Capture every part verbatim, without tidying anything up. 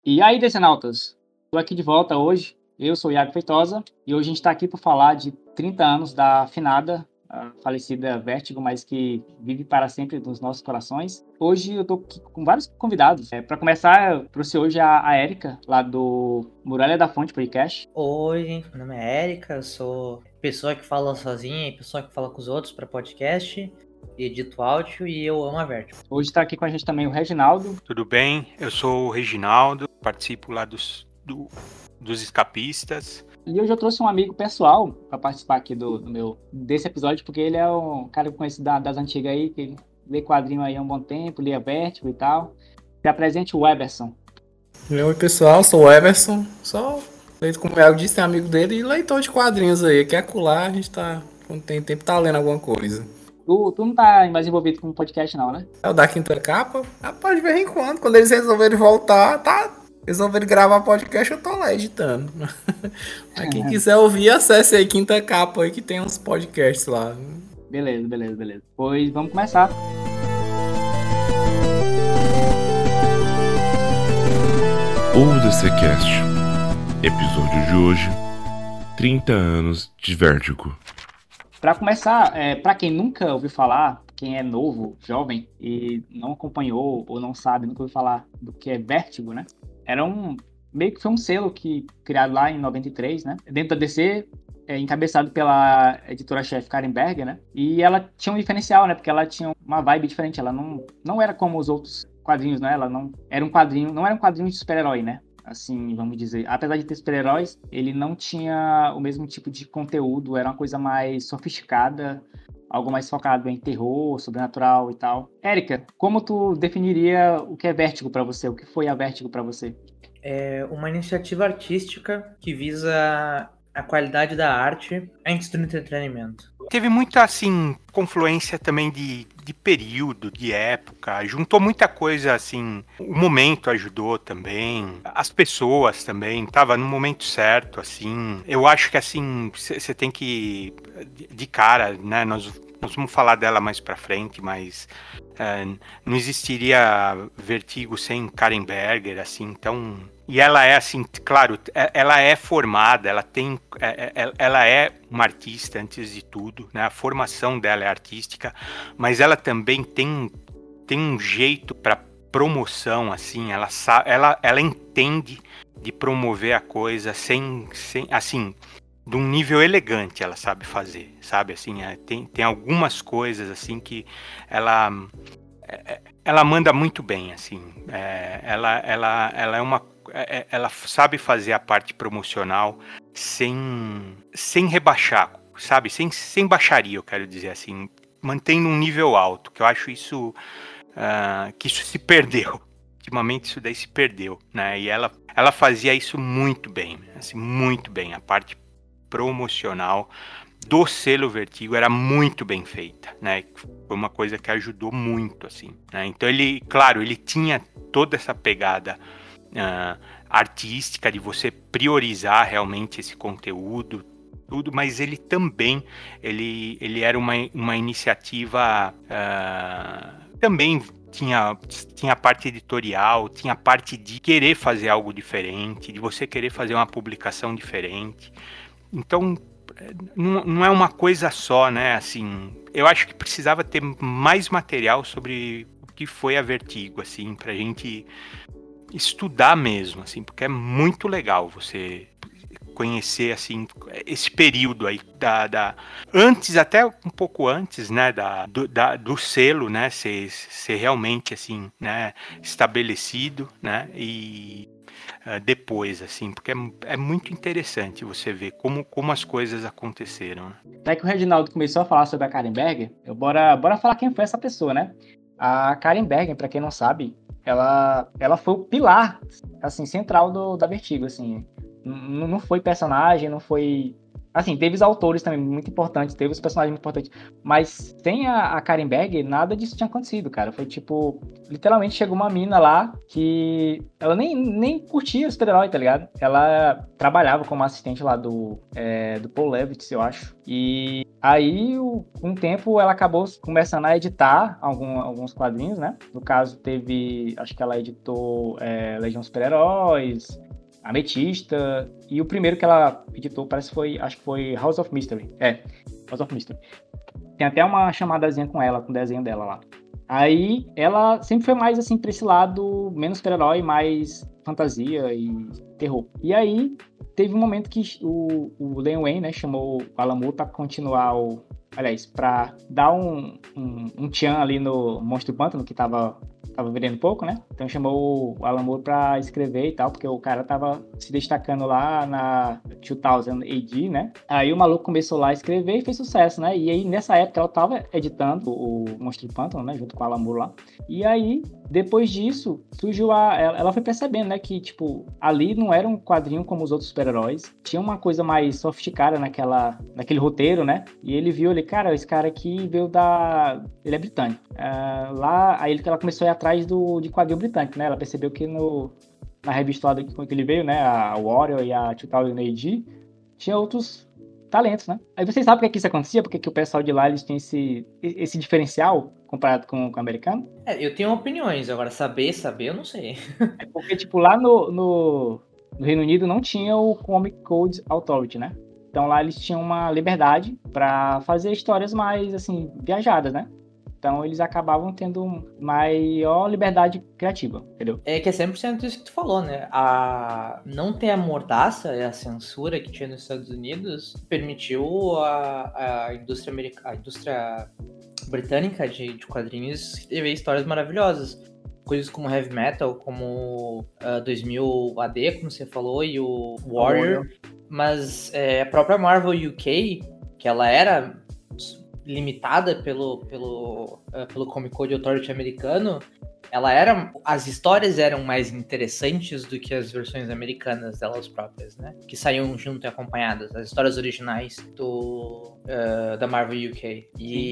E aí, decenautas? Estou aqui de volta hoje. Eu sou o Iago Feitosa e hoje a gente está aqui para falar de trinta anos da finada, a falecida Vértigo, mas que vive para sempre nos nossos corações. Hoje eu estou com vários convidados. É, para começar, eu trouxe hoje a, a Érica, lá do Muralha da Fonte Podcast. Oi, gente, meu nome é Érica, eu sou pessoa que fala sozinha e pessoa que fala com os outros para podcast, edito áudio e eu amo a Vértigo. Hoje está aqui com a gente também o Reginaldo. Tudo bem? Eu sou o Reginaldo, participo lá dos, do, dos escapistas. E hoje eu trouxe um amigo pessoal para participar aqui do, do meu, desse episódio, porque ele é um cara que eu conheço da, das antigas aí, que lê quadrinho aí há um bom tempo, lia Vértigo e tal. Se apresente o Everson. Oi pessoal, sou o Everson, só leito como o Iago disse, é amigo dele e leitor de quadrinhos aí, que é acolá, a gente tá, quando tem tempo, tá lendo alguma coisa. Tu, tu não tá mais envolvido com podcast não, né? É o da Quinta Capa, rapaz, de vez em quando, quando eles resolverem voltar, tá, resolverem gravar podcast, eu tô lá editando. Mas quem quiser ouvir, acesse aí Quinta Capa aí, que tem uns podcasts lá. Beleza, beleza, beleza. Pois vamos começar. O DCcast, episódio de hoje, trinta anos de Vértigo. Para começar, é, para quem nunca ouviu falar, quem é novo, jovem e não acompanhou ou não sabe, nunca ouviu falar do que é Vértigo, né? Era um meio que foi um selo que criado lá em noventa e três, né? Dentro da D C, é, encabeçado pela editora-chefe Karen Berger, né? E ela tinha um diferencial, né? Porque ela tinha uma vibe diferente. Ela não, não era como os outros quadrinhos, né? Ela não era um quadrinho, não era um quadrinho de super-herói, né? Assim, vamos dizer. Apesar de ter super-heróis, ele não tinha o mesmo tipo de conteúdo. Era uma coisa mais sofisticada, algo mais focado em terror, sobrenatural e tal. Érica, como tu definiria o que é Vértigo pra você? O que foi a Vértigo pra você? É uma iniciativa artística que visa a qualidade da arte antes do entretenimento. Teve muita, assim, confluência também de, de período, de época. Juntou muita coisa, assim. O momento ajudou também. As pessoas também. Tava no momento certo, assim. Eu acho que, assim, você tem que... De cara, né? Nós, nós vamos falar dela mais pra frente, mas... É, não existiria Vertigo sem Karen Berger, assim, então... E ela é, assim, claro, ela é formada, ela tem... Ela é uma artista, antes de tudo, né? A formação dela é artística, mas ela também tem, tem um jeito para promoção, assim, ela, ela, ela entende de promover a coisa sem, sem assim... de um nível elegante ela sabe fazer, sabe, assim, é, tem, tem algumas coisas, assim, que ela, é, ela manda muito bem, assim, é, ela, ela, ela é uma, é, ela sabe fazer a parte promocional sem, sem rebaixar, sabe, sem, sem baixaria, eu quero dizer, assim, mantendo um nível alto, que eu acho isso, uh, que isso se perdeu. Ultimamente isso daí se perdeu, né, e ela, ela fazia isso muito bem, assim, muito bem, a parte promocional do selo Vertigo era muito bem feita, né? Foi uma coisa que ajudou muito, assim, né? Então ele, claro, ele tinha toda essa pegada uh, artística de você priorizar realmente esse conteúdo, tudo, mas ele também, ele, ele era uma, uma iniciativa uh, também tinha, tinha a parte editorial, tinha a parte de querer fazer algo diferente, de você querer fazer uma publicação diferente. Então, não, não é uma coisa só, né? Assim, eu acho que precisava ter mais material sobre o que foi a Vertigo, assim, pra gente estudar mesmo, assim, porque é muito legal você conhecer, assim, esse período aí da, da antes, até um pouco antes, né, da, do, da, do selo, né, ser, ser realmente, assim, né, estabelecido, né, e Uh, depois, assim, porque é, é muito interessante você ver como, como as coisas aconteceram. Até que o Reginaldo começou a falar sobre a Karen Berger, eu bora, bora falar quem foi essa pessoa, né? A Karen Berger, para quem não sabe, ela, ela foi o pilar, assim, central do, da Vertigo, assim. N- não foi personagem, não foi... Assim, teve os autores também muito importantes, teve os personagens muito importantes, mas sem a, a Karen Berger, nada disso tinha acontecido, cara. Foi tipo, literalmente chegou uma mina lá que ela nem, nem curtia o super-herói, tá ligado? Ela trabalhava como assistente lá do, é, do Paul Levitz, eu acho. E aí, com o tempo, ela acabou começando a editar algum, alguns quadrinhos, né? No caso, teve, acho que ela editou é, Legião Super-Heróis, Ametista, e o primeiro que ela editou parece que foi, acho que foi House of Mystery. É, House of Mystery. Tem até uma chamadazinha com ela, com o desenho dela lá. Aí, ela sempre foi mais, assim, pra esse lado, menos super-herói, mais fantasia e terror. E aí, teve um momento que o, o Len Wein, né, chamou o Alan Moore pra continuar o... Aliás, pra dar um, um, um tchan ali no Monstro do Pântano, que tava... tava vendendo pouco, né? Então chamou o Alan Moore pra escrever e tal, porque o cara tava se destacando lá na dois mil A D, né? Aí o maluco começou lá a escrever e fez sucesso, né? E aí nessa época ela tava editando o Monstro do Pântano, né? Junto com o Alan Moore lá. E aí, depois disso, surgiu a... Ela foi percebendo, né? Que, tipo, ali não era um quadrinho como os outros super-heróis. Tinha uma coisa mais sofisticada naquela, naquele roteiro, né? E ele viu ali, cara, esse cara aqui veio da... Ele é britânico. Uh, lá, aí ela começou a ir atrás do, de quadrinho britânico, né? Ela percebeu que no, na revista lá que ele veio, né? A Warrior e a dois mil A D, tinha outros talentos, né? Aí vocês sabem por que, que isso acontecia? Porque que o pessoal de lá, eles tinham esse, esse diferencial comparado com, com o americano? É, eu tenho opiniões, agora saber, saber, eu não sei. É porque, tipo, lá no, no, no Reino Unido não tinha o Comic Code Authority, né? Então lá eles tinham uma liberdade pra fazer histórias mais, assim, viajadas, né? Então eles acabavam tendo maior liberdade criativa, entendeu? É que é cem por cento isso que tu falou, né? A... Não ter a mordaça e a censura que tinha nos Estados Unidos permitiu a, a indústria americana, a indústria britânica de, de quadrinhos escrever histórias maravilhosas. Coisas como Heavy Metal, como uh, dois mil A D, como você falou, e o Warrior. Warrior. Mas é, a própria Marvel U K, que ela era limitada pelo, pelo, uh, pelo Comic Code Authority americano, ela era, as histórias eram mais interessantes do que as versões americanas delas próprias, né? Que saíam junto e acompanhadas, as histórias originais do, uh, da Marvel U K.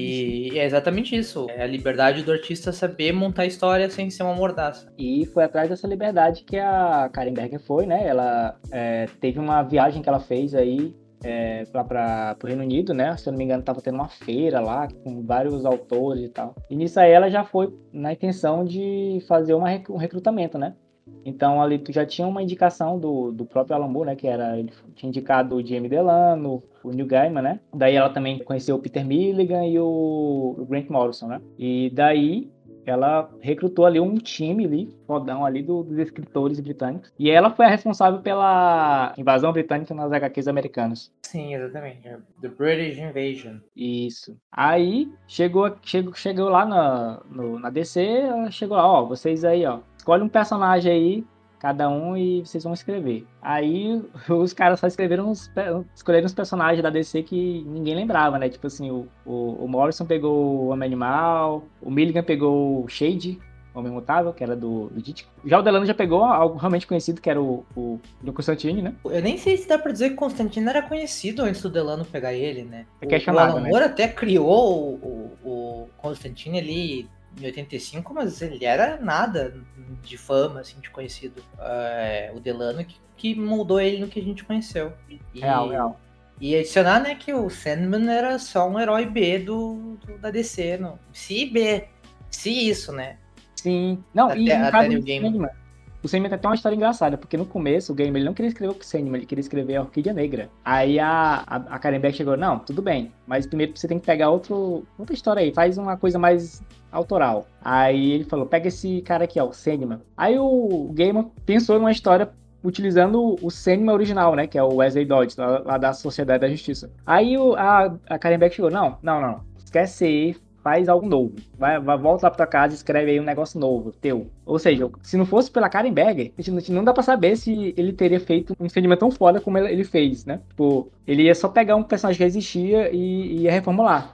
E, e é exatamente isso, é a liberdade do artista saber montar a história sem ser uma mordaça. E foi atrás dessa liberdade que a Karen Berger foi, né? Ela é, teve uma viagem que ela fez aí, É, lá para o Reino Unido, né? Se eu não me engano, tava tendo uma feira lá com vários autores e tal. E nisso aí ela já foi na intenção de fazer uma, um recrutamento, né? Então ali tu já tinha uma indicação do, do próprio Alan Moore, né? Que era, ele tinha indicado o Jamie Delano, o Neil Gaiman, né? Daí ela também conheceu o Peter Milligan e o, o Grant Morrison, né? E daí ela recrutou ali um time ali, fodão ali do, dos escritores britânicos. E ela foi a responsável pela invasão britânica nas H Qs americanas. Sim, exatamente. The British Invasion. Isso. Aí, chegou, chegou, chegou lá na, no, na D C, ela chegou lá, ó, vocês aí, ó, escolhe um personagem aí, cada um, e vocês vão escrever. Aí, os caras só escreveram, uns, escolheram os personagens da D C que ninguém lembrava, né? Tipo assim, o, o, o Morrison pegou o Homem Animal, o Milligan pegou o Shade, o Homem Mutável, que era do, do Dítico. Já o Delano já pegou algo realmente conhecido, que era o, o, o Constantine, né? Eu nem sei se dá pra dizer que o Constantine era conhecido antes do Delano pegar ele, né? É questionável, o Alan Moore, né? Até criou o, o, o Constantine ali em oitenta e cinco, mas ele era nada de fama, assim, de conhecido. É, o Delano que, que moldou ele no que a gente conheceu. E, real, real. E adicionar, né, que o Sandman era só um herói B do, do da D C, não. Se B, se isso, né? Sim. Não, até, e no até caso New do Game. Sandman, o Sandman tem até uma história engraçada, porque no começo o game ele não queria escrever o Sandman, ele queria escrever a Orquídea Negra. Aí a, a, a Karen Beck chegou, não, tudo bem, mas primeiro você tem que pegar outro, outra história aí, faz uma coisa mais autoral. Aí ele falou, pega esse cara aqui, ó, o Sandman. Aí o Gaiman pensou numa história utilizando o Sandman original, né, que é o Wesley Dodds, lá, lá da Sociedade da Justiça. Aí o, a, a Karen Beck chegou, não, não, não, esquece aí, faz algo novo. Vai, vai, volta lá pra tua casa e escreve aí um negócio novo, teu. Ou seja, se não fosse pela Karen Berger, a gente não dá pra saber se ele teria feito um Sandman tão foda como ele fez, né? Tipo, ele ia só pegar um personagem que existia e ia reformular.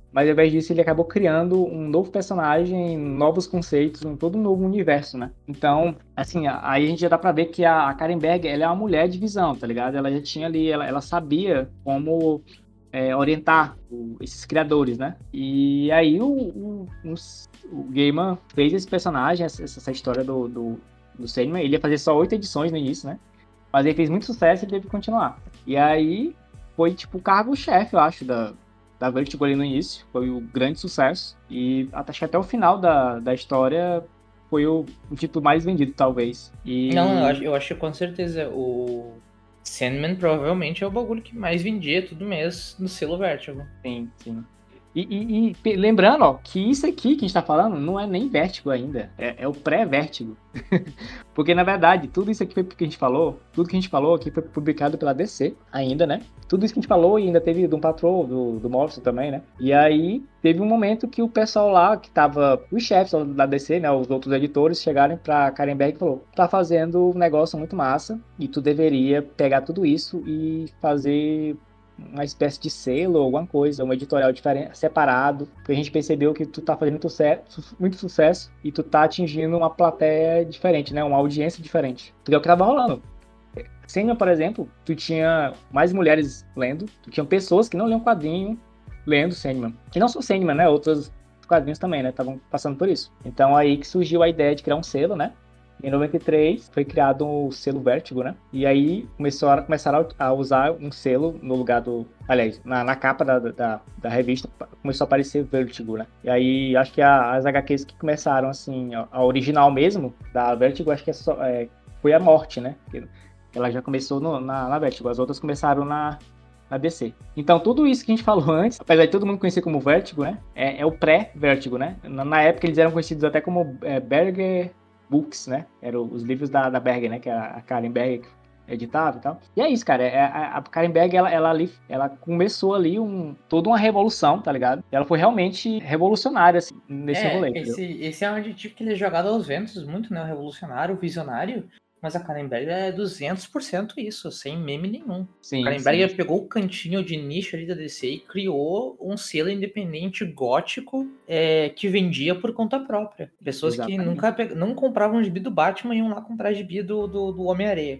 mas ao invés disso ele acabou criando um novo personagem, novos conceitos, um todo um novo universo, né? Então, assim, aí a gente já dá pra ver que a Karen Berg, ela é uma mulher de visão, tá ligado? Ela já tinha ali, ela, ela sabia como é, orientar o, esses criadores, né? E aí o, o, o, o Gaiman fez esse personagem, essa, essa história do, do, do Sandman. Ele ia fazer só oito edições no início, né? Mas ele fez muito sucesso e ele teve que continuar. E aí foi tipo o cargo-chefe, eu acho, da, da Vertigo ali no início. Foi o grande sucesso. E acho que até o final da, da história foi o, o título mais vendido, talvez. E... Não, eu acho, eu acho que com certeza o Sandman provavelmente é o bagulho que mais vendia todo mês no selo Vertigo. Sim, sim. E, e, e lembrando, ó, que isso aqui que a gente tá falando não é nem Vertigo ainda, é, é o pré-Vertigo. Porque, na verdade, tudo isso aqui foi porque a gente falou, tudo que a gente falou aqui foi publicado pela D C ainda, né? Tudo isso que a gente falou e ainda teve do Patrol, do, do Morrison também, né? E aí, teve um momento que o pessoal lá, que tava, os chefes da D C, né, os outros editores, chegaram pra Karen Berg e falou, tá fazendo um negócio muito massa e tu deveria pegar tudo isso e fazer uma espécie de selo ou alguma coisa, um editorial diferente, separado, porque a gente percebeu que tu tá fazendo muito, sucesso, muito sucesso e tu tá atingindo uma plateia diferente, né? Uma audiência diferente. Porque é o que tava rolando. Sandman, por exemplo, tu tinha mais mulheres lendo, tu tinha pessoas que não liam quadrinho lendo Sandman. Que não só Sandman, né? Outros quadrinhos também, né? Estavam passando por isso. Então aí que surgiu a ideia de criar um selo, né? Em noventa e três foi criado o selo Vertigo, né? E aí começou a, começaram a usar um selo no lugar do... Aliás, na, na capa da, da, da revista começou a aparecer Vertigo, né? E aí acho que a, as agá quês que começaram, assim, a, a original mesmo da Vertigo, acho que é só, é, foi a Morte, né? Ela já começou no, na, na Vertigo, as outras começaram na, na D C. Então tudo isso que a gente falou antes, apesar de todo mundo conhecer como Vertigo, né? É, é o pré-Vertigo, né? Na, na época eles eram conhecidos até como é, Berger Books, né? Eram os livros da, da Berger, né? Que a, a Karen Berg editava e tal. E é isso, cara. É, a, a Karen Berg, ela, ela, ali, ela começou ali um, toda uma revolução, tá ligado? Ela foi realmente revolucionária, assim, nesse é, rolê. Esse, esse é um adjetivo que ele é jogado aos ventos muito, né? Revolucionário, visionário. Mas a Karen Berg é duzentos por cento isso, sem meme nenhum. Sim, a Karen sim. Berg pegou o cantinho de nicho ali da D C e criou um selo independente gótico é, que vendia por conta própria. Pessoas Exatamente. que nunca pe... não compravam gibi do Batman e iam lá comprar gibi do, do, do Homem-Areia.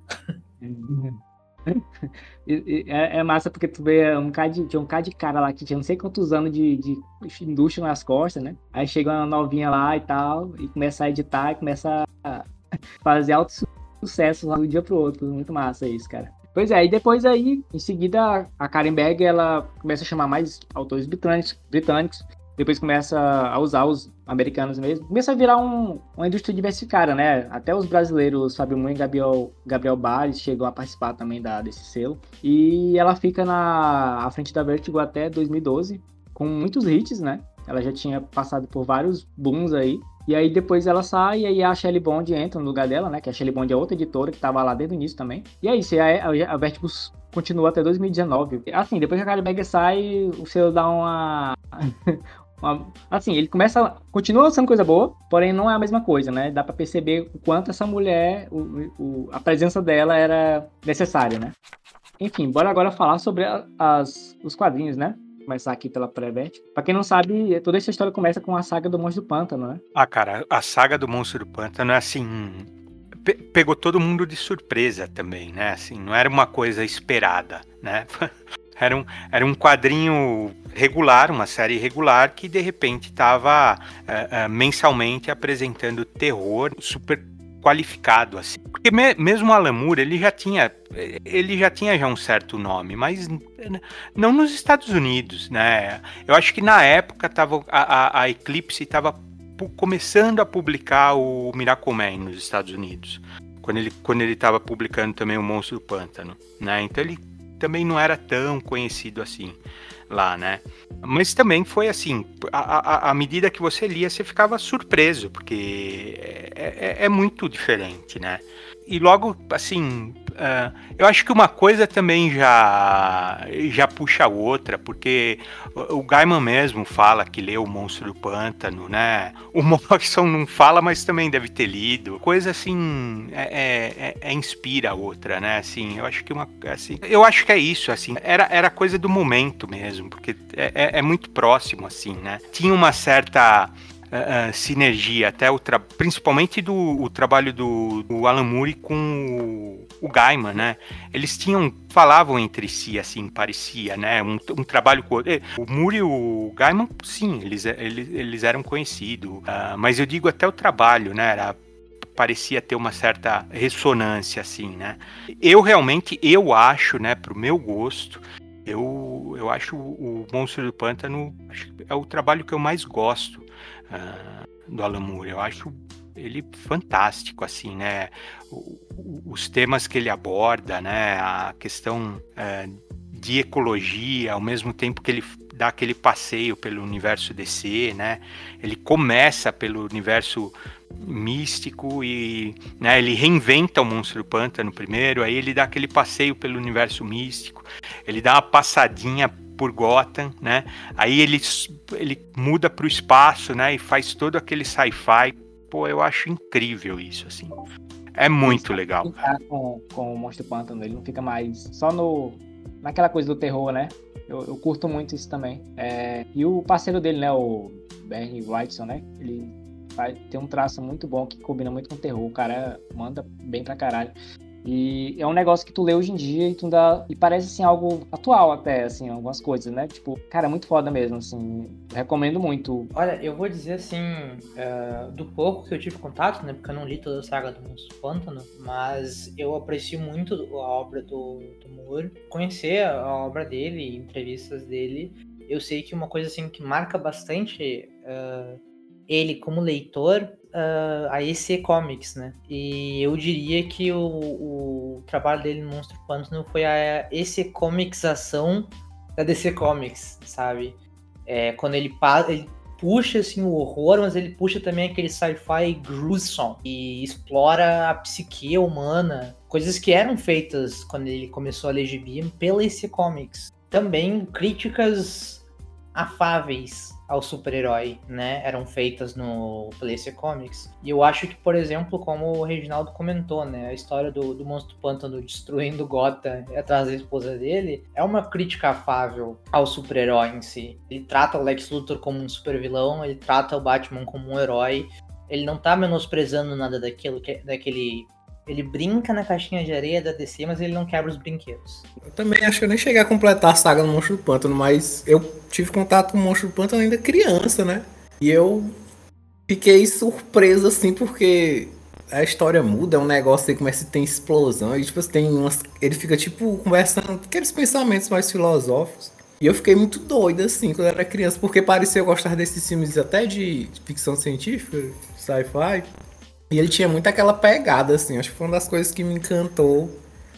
é, é massa porque tu vê um cara de, tinha um cara de cara lá que tinha não sei quantos anos de, de indústria nas costas, né? Aí chega uma novinha lá e tal, e começa a editar e começa a fazer alto sucesso lá do dia pro outro. Muito massa isso, cara. Pois é, e depois aí, em seguida, a Karen Berg, ela começa a chamar mais autores britânicos, britânicos depois começa a usar os americanos mesmo. Começa a virar um, uma indústria diversificada, né? Até os brasileiros, Fábio Moon e Gabriel, Gabriel Bares chegam a participar também da, desse selo. E ela fica na à frente da Vertigo até dois mil e doze, com muitos hits, né? Ela já tinha passado por vários booms aí. E aí depois ela sai e aí a Shelley Bond entra no lugar dela, né? Que a Shelley Bond é outra editora que tava lá desde o início também. E é isso, e a, a, a Vertigo continua até dois mil e dezenove. Assim, depois que a Karen Berg sai, o selo dá uma... uma... Assim, ele começa... Continua sendo coisa boa, porém não é a mesma coisa, né? Dá pra perceber o quanto essa mulher, o, o, a presença dela era necessária, né? Enfim, bora agora falar sobre a, as, os quadrinhos, né? Começar aqui pela pré-Vertigo. Pra quem não sabe, toda essa história começa com a saga do Monstro do Pântano, né? Ah, cara, a saga do Monstro do Pântano é assim... Pe- pegou todo mundo de surpresa também, né? Assim, não era uma coisa esperada, né? Era um, era um quadrinho regular, uma série regular, que de repente estava uh, uh, mensalmente apresentando terror super qualificado, assim. Porque me, mesmo o Alan Moore, ele já tinha ele já tinha já um certo nome, mas não nos Estados Unidos, né? Eu acho que na época tava, a, a, a Eclipse estava começando a publicar o Miracle Man nos Estados Unidos, quando ele quando ele estava publicando também o Monstro do Pântano, né? Então ele também não era tão conhecido assim lá, né? Mas também foi assim, à medida que você lia, você ficava surpreso, porque é, é, é muito diferente, né? E logo, assim, uh, eu acho que uma coisa também já, já puxa a outra, porque o, o Gaiman mesmo fala que leu O Monstro do Pântano, né? O Morrison não fala, mas também deve ter lido. Coisa assim, é, é, é inspira a outra, né? Assim, eu acho que uma, assim, eu acho que é isso, assim, era, era coisa do momento mesmo, porque é, é, é muito próximo, assim, né? Tinha uma certa Uh, uh, sinergia, até o tra- principalmente do o trabalho do, do Alan Moore com o, o Gaiman, né? Eles tinham, falavam entre si, assim, parecia, né? Um, um trabalho com o o Moore e o Gaiman, sim, eles, eles, eles eram conhecidos, uh, mas eu digo até o trabalho, né? Era, parecia ter uma certa ressonância, assim, né? Eu realmente, eu acho, né, pro meu gosto, eu, eu acho o Monstro do Pântano acho que é o trabalho que eu mais gosto Uh, do Alan Moore. Eu acho ele fantástico, assim, né? O, o, os temas que ele aborda, né? A questão uh, de ecologia, ao mesmo tempo que ele dá aquele passeio pelo universo D C, né? Ele começa pelo universo místico e, né, ele reinventa o Monstro do Pântano primeiro, aí ele dá aquele passeio pelo universo místico, ele dá uma passadinha por Gotham, né? Aí ele, ele muda para o espaço, né? E faz todo aquele sci-fi. Pô, eu acho incrível isso, assim. É muito ele legal. Com, com o Monstro do Pântano, ele não fica mais só no, naquela coisa do terror, né? Eu, eu curto muito isso também. É, e o parceiro dele, né? O Barry Wrightson, né? Ele faz, tem um traço muito bom que combina muito com o terror. O cara manda bem pra caralho. E é um negócio que tu lê hoje em dia e tu dá, e parece assim algo atual até, assim, algumas coisas, né? Tipo, cara, é muito foda mesmo, assim. Recomendo muito. Olha, eu vou dizer assim, uh, do pouco que eu tive contato, né? Porque eu não li toda a saga do Monstro do Pântano, mas eu aprecio muito a obra do, do Moore. Conhecer a obra dele, entrevistas dele, eu sei que uma coisa assim que marca bastante uh, ele como leitor, Uh, a E C Comics, né? E eu diria que o, o trabalho dele no Monstro do Pântano foi a E C Comicsação da D C Comics, sabe? É, quando ele, ele puxa assim, o horror, mas ele puxa também aquele sci-fi gruesome e explora a psique humana, coisas que eram feitas quando ele começou a ler gibi pela E C Comics. Também críticas afáveis ao super-herói, né, eram feitas no P C Comics. E eu acho que, por exemplo, como o Reginaldo comentou, né, a história do, do Monstro do Pântano destruindo Gotham atrás da esposa dele é uma crítica afável ao super-herói em si. Ele trata o Lex Luthor como um super-vilão, ele trata o Batman como um herói, ele não tá menosprezando nada daquilo, que, daquele... Ele brinca na caixinha de areia da D C, mas ele não quebra os brinquedos. Eu também acho que eu nem cheguei a completar a saga do Monstro do Pântano, mas eu tive contato com o Monstro do Pântano ainda criança, né? E eu fiquei surpreso, assim, porque a história muda, é um negócio aí, começa a ter explosão, e tipo, tem umas... ele fica, tipo, conversando aqueles pensamentos mais filosóficos. E eu fiquei muito doido, assim, quando eu era criança, porque parecia eu gostar desses filmes até de ficção científica, sci-fi. E ele tinha muito aquela pegada, assim, acho que foi uma das coisas que me encantou,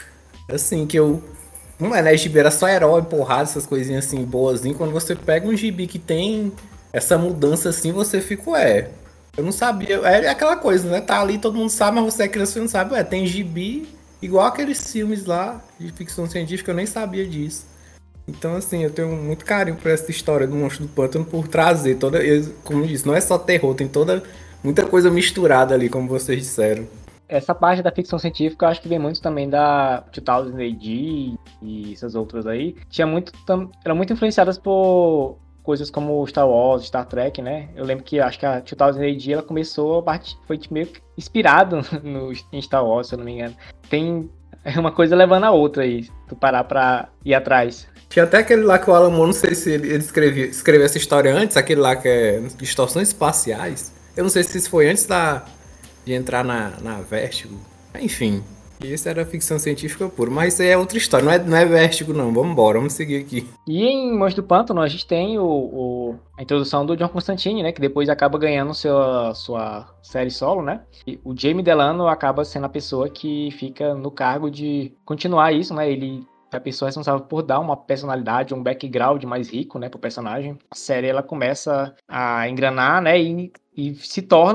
assim, que eu... Não é, né, gibi era só herói, porrada, essas coisinhas assim, boazinhas. Quando você pega um gibi que tem essa mudança assim, você fica, ué, eu não sabia, é aquela coisa, né, tá ali, todo mundo sabe, mas você é criança e não sabe, ué, tem gibi igual aqueles filmes lá de ficção científica, eu nem sabia disso. Então, assim, eu tenho muito carinho por essa história do Monstro do Pântano, por trazer toda, como eu disse, não é só terror, tem toda... muita coisa misturada ali, como vocês disseram. Essa parte da ficção científica, eu acho que vem muito também da dois mil A D e essas outras aí. Tinha muito, eram muito influenciadas por coisas como Star Wars, Star Trek, né? Eu lembro que acho que a dois mil A D ela começou, foi meio que inspirado no, em Star Wars, se eu não me engano. Tem uma coisa levando a outra aí, se tu parar pra ir atrás. Tinha até aquele lá que o Alan Moore, não sei se ele, ele escreveu, escreveu essa história antes, aquele lá que é Distorções Espaciais. Eu não sei se isso foi antes da, de entrar na, na Vértigo. Enfim, isso era ficção científica pura. Mas isso aí é outra história, não é, não é Vértigo não. Vamos embora, vamos seguir aqui. E em Monstro do Pântano a gente tem o, o, a introdução do John Constantine, né? Que depois acaba ganhando sua, sua série solo, né? E o Jamie Delano acaba sendo a pessoa que fica no cargo de continuar isso, né? Ele... a pessoa responsável por dar uma personalidade, um background mais rico, né, pro personagem. A série, ela começa a engrenar, né, e, e se torna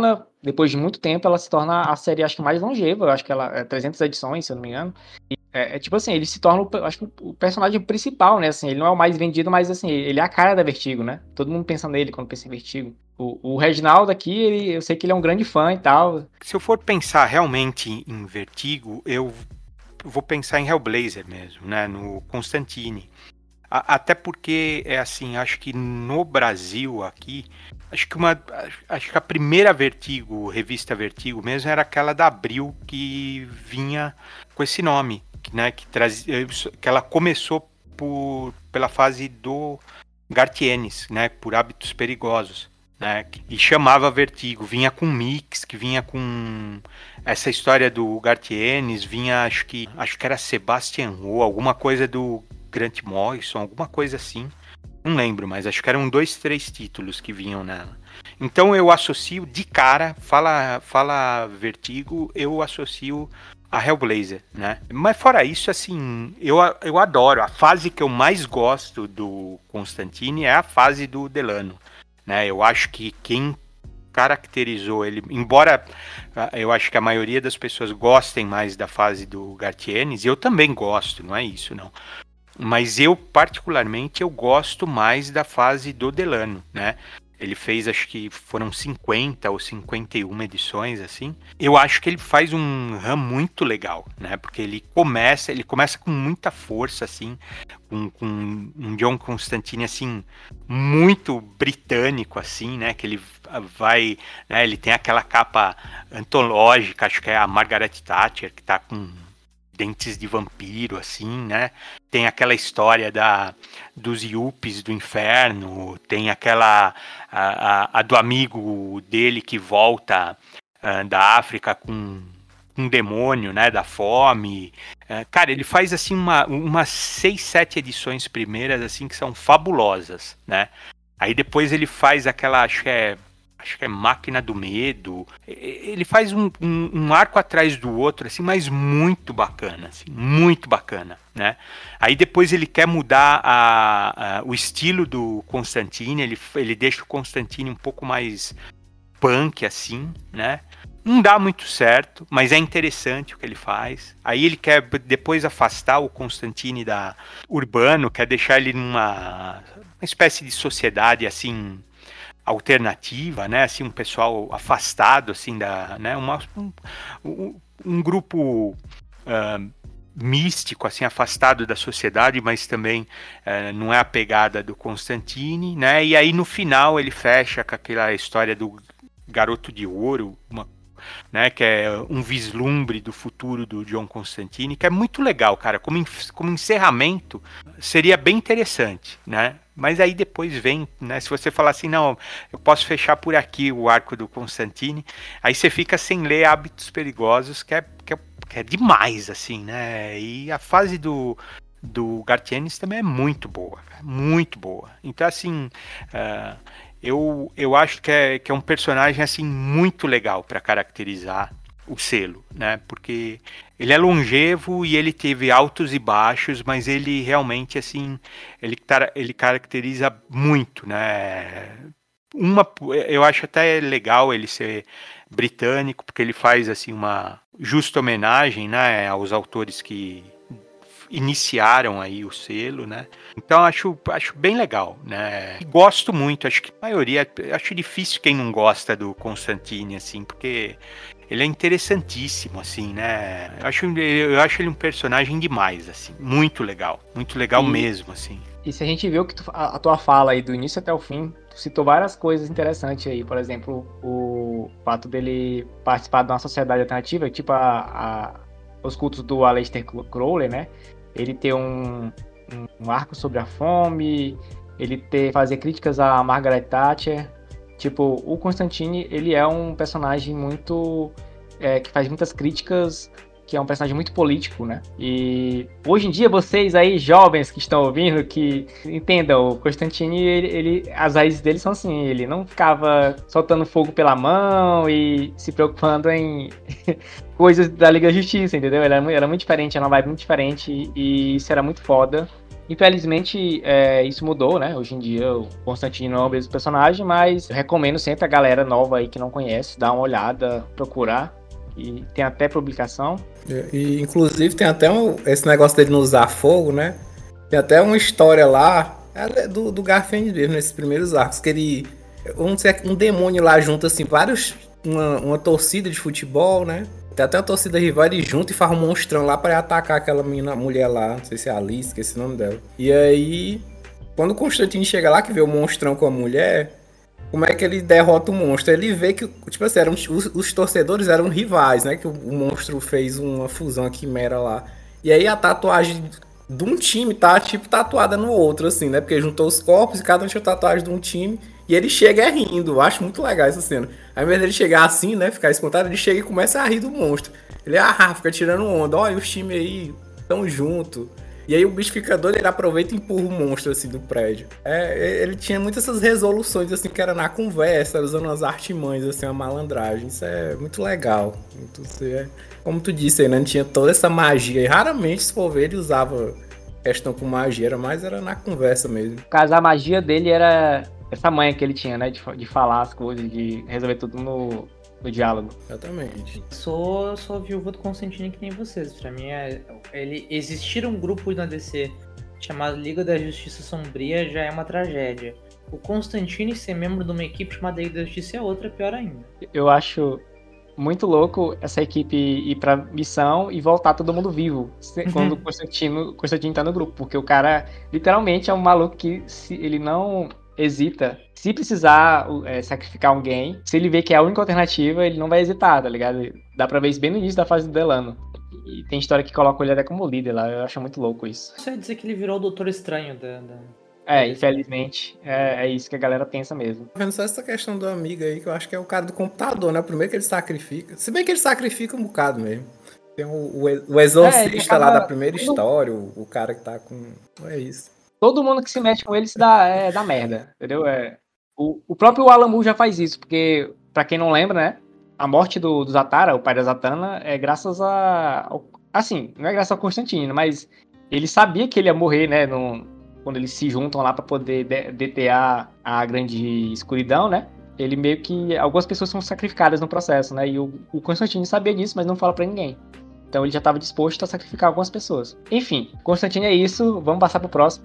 depois de muito tempo, ela se torna a série, acho que mais longeva. Eu acho que ela é trezentas edições, se eu não me engano. E é, é tipo assim, ele se torna, o, acho que o personagem principal, né? Assim, ele não é o mais vendido, mas assim, ele é a cara da Vertigo, né? Todo mundo pensa nele quando pensa em Vertigo. O, o Reginaldo aqui, ele, eu sei que ele é um grande fã e tal. Se eu for pensar realmente em Vertigo, eu vou pensar em Hellblazer mesmo, né? No Constantine. A, até porque, é assim, acho que no Brasil aqui, acho que, uma, acho que a primeira Vertigo, revista Vertigo mesmo, era aquela da Abril que vinha com esse nome, né? Que, trazia, que ela começou por, pela fase do Gartienes, né? Por Hábitos Perigosos. Né, e chamava Vertigo, vinha com mix, que vinha com essa história do Gartienes, vinha, acho que acho que era Sebastian Rowe, alguma coisa do Grant Morrison, alguma coisa assim, não lembro, mas acho que eram dois, três títulos que vinham nela. Então eu associo de cara, fala, fala Vertigo, eu associo a Hellblazer, né? Mas fora isso, assim, eu, eu adoro, a fase que eu mais gosto do Constantine é a fase do Delano. Né, eu acho que quem caracterizou ele, embora eu acho que a maioria das pessoas gostem mais da fase do Gartienes, e eu também gosto, não é isso, não. Mas eu, particularmente, eu gosto mais da fase do Delano, né? Ele fez, acho que foram cinquenta ou cinquenta e uma edições, assim. Eu acho que ele faz um run muito legal, né? Porque ele começa, ele começa com muita força, assim, com, com um John Constantine, assim, muito britânico, assim, né? Que ele vai, né? Ele tem aquela capa antológica, acho que é a Margaret Thatcher, que tá com dentes de vampiro, assim, né? Tem aquela história da, dos Yuppies do inferno, tem aquela a, a, a do amigo dele que volta uh, da África com um demônio, né, da fome. Uh, cara, ele faz assim uma, umas seis, sete edições primeiras assim que são fabulosas, né? Aí depois ele faz aquela, acho que é acho que é Máquina do Medo, ele faz um, um, um arco atrás do outro, assim, mas muito bacana, assim, muito bacana, né? Aí depois ele quer mudar a, a, o estilo do Constantine, ele, ele deixa o Constantine um pouco mais punk, assim, né? Não dá muito certo, mas é interessante o que ele faz. Aí ele quer depois afastar o Constantine da urbano, quer deixar ele numa uma espécie de sociedade, assim, alternativa, né, assim, um pessoal afastado, assim, da, né, uma, um, um, um grupo uh, místico, assim, afastado da sociedade, mas também uh, não é a pegada do Constantine, né, e aí no final ele fecha com aquela história do Garoto de Ouro, uma, né, que é um vislumbre do futuro do John Constantine, que é muito legal, cara, como, en, como encerramento seria bem interessante, né. Mas aí depois vem, né? Se você falar assim, não, eu posso fechar por aqui o arco do Constantine, aí você fica sem ler Hábitos Perigosos, que é, que é, que é demais, assim, né? E a fase do, do Gartienes também é muito boa, muito boa. Então, assim, uh, eu, eu acho que é, que é um personagem, assim, muito legal para caracterizar o selo, né? Porque ele é longevo e ele teve altos e baixos, mas ele realmente, assim, ele, ele caracteriza muito, né? Uma, eu acho até legal ele ser britânico, porque ele faz, assim, uma justa homenagem, né, aos autores que iniciaram aí o selo, né? Então acho, acho bem legal, né? E gosto muito, acho que a maioria, acho difícil quem não gosta do Constantine, assim, porque ele é interessantíssimo, assim, né? Eu acho, eu acho ele um personagem demais, assim, muito legal, muito legal e, mesmo, assim. E se a gente viu que tu, a, a tua fala aí do início até o fim, tu citou várias coisas interessantes aí, por exemplo, o fato dele participar de uma sociedade alternativa, tipo a, a, os cultos do Aleister Crowley, né? Ele ter um, um, um arco sobre a fome, ele ter, fazer críticas a Margaret Thatcher. Tipo, o Constantine, ele é um personagem muito... É, que faz muitas críticas, que é um personagem muito político, né? E hoje em dia, vocês aí, jovens que estão ouvindo, que entendam, o Constantine, ele, ele, as raízes dele são assim, ele não ficava soltando fogo pela mão e se preocupando em coisas da Liga da Justiça, entendeu? Ele era, era muito diferente, era uma vibe muito diferente e isso era muito foda. Infelizmente, é, isso mudou, né? Hoje em dia o Constantine não é o mesmo personagem, mas eu recomendo sempre a galera nova aí que não conhece, dar uma olhada, procurar. E tem até publicação. E, e, inclusive tem até um, esse negócio dele não usar fogo, né? Tem até uma história lá é do, do Garfield mesmo, nesses primeiros arcos, que ele... Um, um demônio lá junta, assim, vários... Uma, uma torcida de futebol, né? Tem até a torcida rival, ele junta e faz um monstrão lá pra atacar aquela menina, mulher lá, não sei se é a Alice, esqueci o nome dela. E aí, quando o Constantine chega lá, que vê o monstrão com a mulher, como é que ele derrota o monstro? Ele vê que, tipo assim, eram, os, os torcedores eram rivais, né? Que o, o monstro fez uma fusão, uma quimera lá. E aí a tatuagem de um time tá, tipo, tatuada no outro, assim, né? Porque juntou os corpos e cada um tinha tatuagem de um time. E ele chega rindo, eu acho muito legal essa cena. Ao invés dele chegar assim, né, ficar espantado, ele chega e começa a rir do monstro. Ele, ah, fica tirando onda, olha os times aí, tão junto. E aí o bicho fica doido, ele aproveita e empurra o monstro, assim, do prédio. É, ele tinha muitas essas resoluções, assim, que era na conversa, usando umas artimanhas, assim, uma malandragem. Isso é muito legal. Muito, é, como tu disse aí, né, tinha toda essa magia. E raramente, se for ver, ele usava questão com magia, era mais era na conversa mesmo. No caso, a magia dele era... essa manha que ele tinha, né? De, de falar as coisas, de resolver tudo no, no diálogo. Exatamente. Sou, sou viúva do Constantine que nem vocês. Pra mim, é, ele existir um grupo na D C chamado Liga da Justiça Sombria já é uma tragédia. O Constantine ser membro de uma equipe chamada Liga da Justiça é outra, pior ainda. Eu acho muito louco essa equipe ir pra missão e voltar todo mundo vivo quando o Constantino, Constantine tá no grupo. Porque o cara, literalmente, é um maluco que se ele não... hesita. Se precisar é, sacrificar alguém, se ele vê que é a única alternativa, ele não vai hesitar, tá ligado? Dá pra ver isso bem no início da fase do Delano. E tem história que coloca ele até como líder lá, eu acho muito louco isso. Isso é dizer que ele virou o Doutor Estranho da... da... É, infelizmente, é, é isso que a galera pensa mesmo. Vendo só essa questão do amigo aí, que eu acho que é o cara do computador, né? O primeiro que ele sacrifica. Se bem que ele sacrifica um bocado mesmo. Tem o, o, o exorcista é, acaba... lá da primeira história, o, o cara que tá com... É isso. Todo mundo que se mete com ele se dá, é, dá merda, entendeu? É, o, o próprio Alan Moore já faz isso, porque, pra quem não lembra, né? A morte do, do Zatara, o pai da Zatanna, é graças a... Ao, assim, não é graças ao Constantino, mas ele sabia que ele ia morrer, né? No, quando eles se juntam lá pra poder detear a grande escuridão, né? Ele meio que... Algumas pessoas são sacrificadas no processo, né? E o, o Constantino sabia disso, mas não fala pra ninguém. Então ele já estava disposto a sacrificar algumas pessoas. Enfim, Constantine é isso. Vamos passar pro próximo.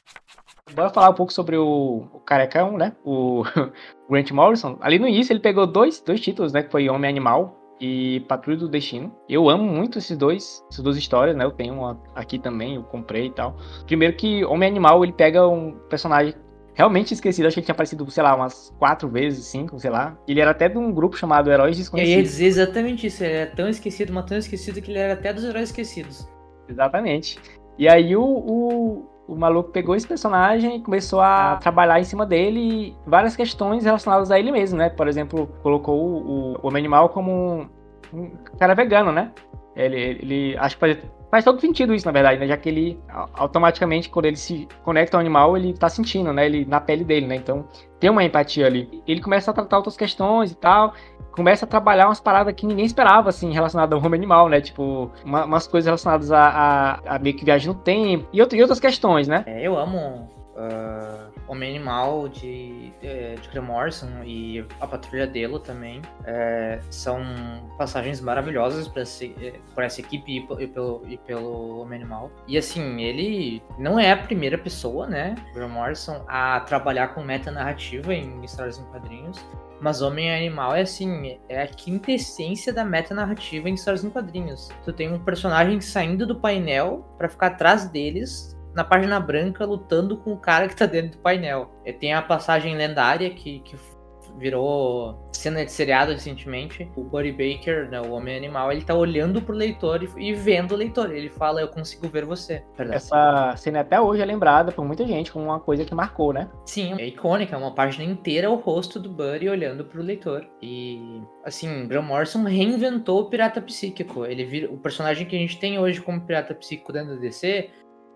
Bora falar um pouco sobre o, o carecão, né? O Grant Morrison. Ali no início ele pegou dois, dois títulos, né? Que foi Homem Animal e Patrulha do Destino. Eu amo muito esses dois, essas duas histórias, né? Eu tenho uma aqui também, eu comprei e tal. Primeiro que Homem Animal, ele pega um personagem realmente esquecido. Acho que ele tinha aparecido, sei lá, umas quatro vezes, cinco, sei lá. Ele era até de um grupo chamado Heróis Desconhecidos. Eu ia dizer exatamente isso. Ele era tão esquecido, mas tão esquecido que ele era até dos Heróis Esquecidos. Exatamente. E aí o, o, o maluco pegou esse personagem e começou a trabalhar em cima dele e várias questões relacionadas a ele mesmo, né? Por exemplo, colocou o, o Homem Animal como um, um cara vegano, né? Ele, ele acho que faz, faz todo sentido isso, na verdade, né? Já que ele automaticamente, quando ele se conecta ao animal, ele tá sentindo, né? Ele na pele dele, né? Então tem uma empatia ali. Ele começa a tratar outras questões e tal, começa a trabalhar umas paradas que ninguém esperava, assim, relacionadas ao Homem Animal, né? Tipo, uma, umas coisas relacionadas a, a, a meio que viagem no tempo e, outro, e outras questões, né? É, eu amo uh, Homem Animal de, de, de Grant Morrison e a Patrulha Delo também. É, são passagens maravilhosas para essa equipe e pelo, e pelo Homem Animal. E assim, ele não é a primeira pessoa, né, Grant Morrison, a trabalhar com metanarrativa em histórias em quadrinhos. Mas Homem Animal é assim, é a quintessência da metanarrativa em histórias em quadrinhos. Tu tem um personagem saindo do painel para ficar atrás deles, na página branca, lutando com o cara que tá dentro do painel. E tem a passagem lendária que, que virou cena de seriado recentemente. O Buddy Baker, né, o Homem Animal, ele tá olhando pro leitor e, e vendo o leitor. Ele fala, eu consigo ver você. Perdão. Essa cena até hoje é lembrada por muita gente como uma coisa que marcou, né? Sim, é icônica. É uma página inteira o rosto do Buddy olhando pro leitor. E, assim, Grant Morrison reinventou o Pirata Psíquico. Ele vira, o personagem que a gente tem hoje como Pirata Psíquico dentro do D C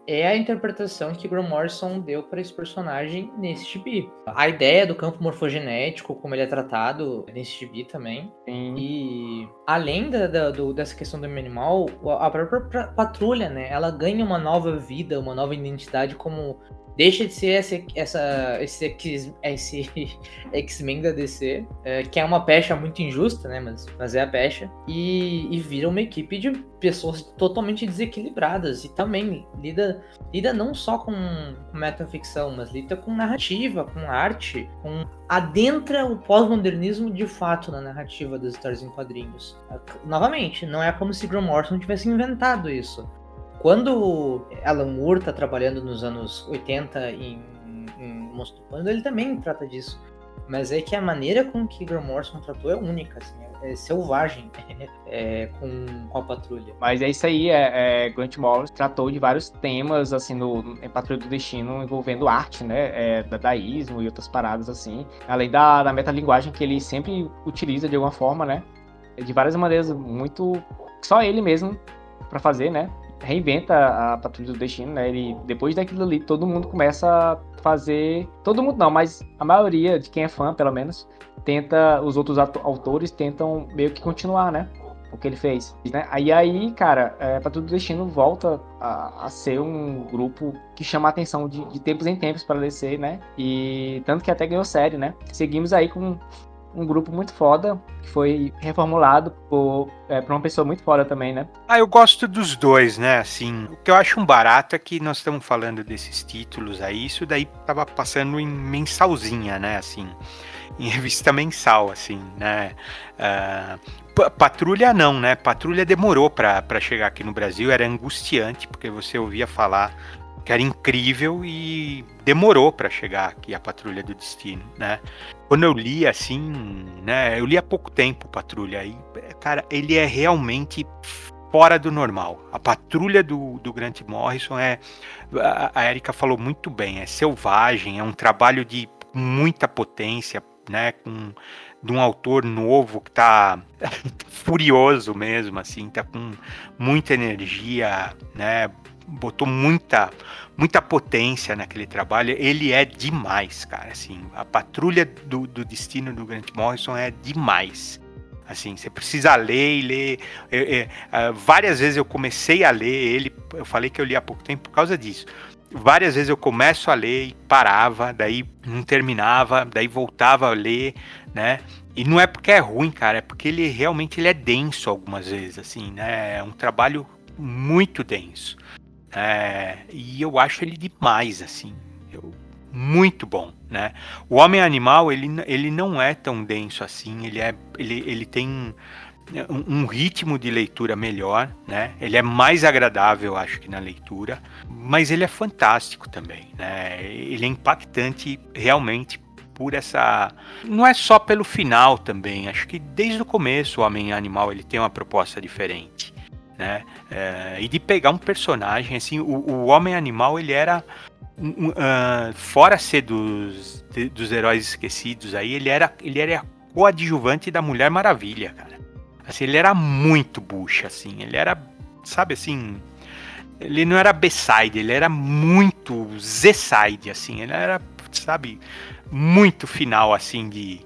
é a interpretação que Grant Morrison deu para esse personagem nesse gibi. A ideia do campo morfogenético, como ele é tratado nesse gibi também. Sim. E além da, da, do, dessa questão do animal, a própria patrulha, né? Ela ganha uma nova vida, uma nova identidade como... Deixa de ser esse, essa, esse, X, esse X-Men da D C, é, que é uma pecha muito injusta, né? Mas, mas é a pecha. E, e vira uma equipe de pessoas totalmente desequilibradas. E também lida, lida não só com, com metaficção, mas lida com narrativa, com arte, com adentra o pós-modernismo de fato na narrativa das histórias em quadrinhos. Novamente, não é como se Grant Morrison tivesse inventado isso. Quando Alan Moore está trabalhando nos anos oitenta em, em Monstro do Pântano, ele também trata disso. Mas é que a maneira com que Grant Morrison tratou é única, assim, é selvagem é, com, com a Patrulha. Mas é isso aí, é, é, Grant Morrison tratou de vários temas, assim, no, em Patrulha do Destino, envolvendo arte, né, é, dadaísmo e outras paradas, assim. Além da, da metalinguagem que ele sempre utiliza de alguma forma, né, de várias maneiras muito... Só ele mesmo para fazer, né. Reinventa a Patrulha do Destino, né? Ele, depois daquilo ali, todo mundo começa a fazer... Todo mundo não, mas a maioria de quem é fã, pelo menos, tenta... Os outros autores tentam meio que continuar, né? O que ele fez. Né? Aí, aí, cara, é, Patrulha do Destino volta a, a ser um grupo que chama a atenção de, de tempos em tempos para D C, né? E tanto que até ganhou série, né? Seguimos aí com... um grupo muito foda, que foi reformulado por, é, por uma pessoa muito foda também, né? Ah, eu gosto dos dois, né, assim, o que eu acho um barato é que nós estamos falando desses títulos aí, isso daí tava passando em mensalzinha, né, assim, em revista mensal, assim, né, uh, Patrulha não, né, Patrulha demorou pra, pra chegar aqui no Brasil, era angustiante, porque você ouvia falar que era incrível e demorou para chegar aqui a Patrulha do Destino, né? Quando eu li assim, né? Eu li há pouco tempo Patrulha e, cara, ele é realmente fora do normal. A Patrulha do, do Grant Morrison é, a, a Erika falou muito bem, é selvagem, é um trabalho de muita potência, né? Com de um autor novo que tá furioso mesmo, assim, tá com muita energia, né? Botou muita, muita potência naquele trabalho. Ele é demais, cara, assim, a Patrulha do, do Destino do Grant Morrison é demais, assim, você precisa ler e ler, é, é, é, várias vezes eu comecei a ler ele, eu falei que eu li há pouco tempo por causa disso, várias vezes eu começo a ler e parava, daí não terminava, daí voltava a ler, né, e não é porque é ruim, cara, é porque ele realmente ele é denso algumas vezes, assim, né, é um trabalho muito denso. É, e eu acho ele demais, assim, eu, muito bom, né? O Homem Animal, ele, ele não é tão denso assim, ele, é, ele, ele tem um, um ritmo de leitura melhor, né? Ele é mais agradável, acho que na leitura, mas ele é fantástico também, né? Ele é impactante realmente por essa... Não é só pelo final também, acho que desde o começo o Homem Animal ele tem uma proposta diferente. Né? É, e de pegar um personagem assim, o, o Homem-Animal ele era um, uh, fora ser dos, de, dos heróis esquecidos aí, ele era, ele era coadjuvante da Mulher Maravilha, cara. Assim, ele era muito bucha, assim, ele era, sabe assim, ele não era B-side, ele era muito Z-side, assim, ele era, sabe, muito final, assim, de...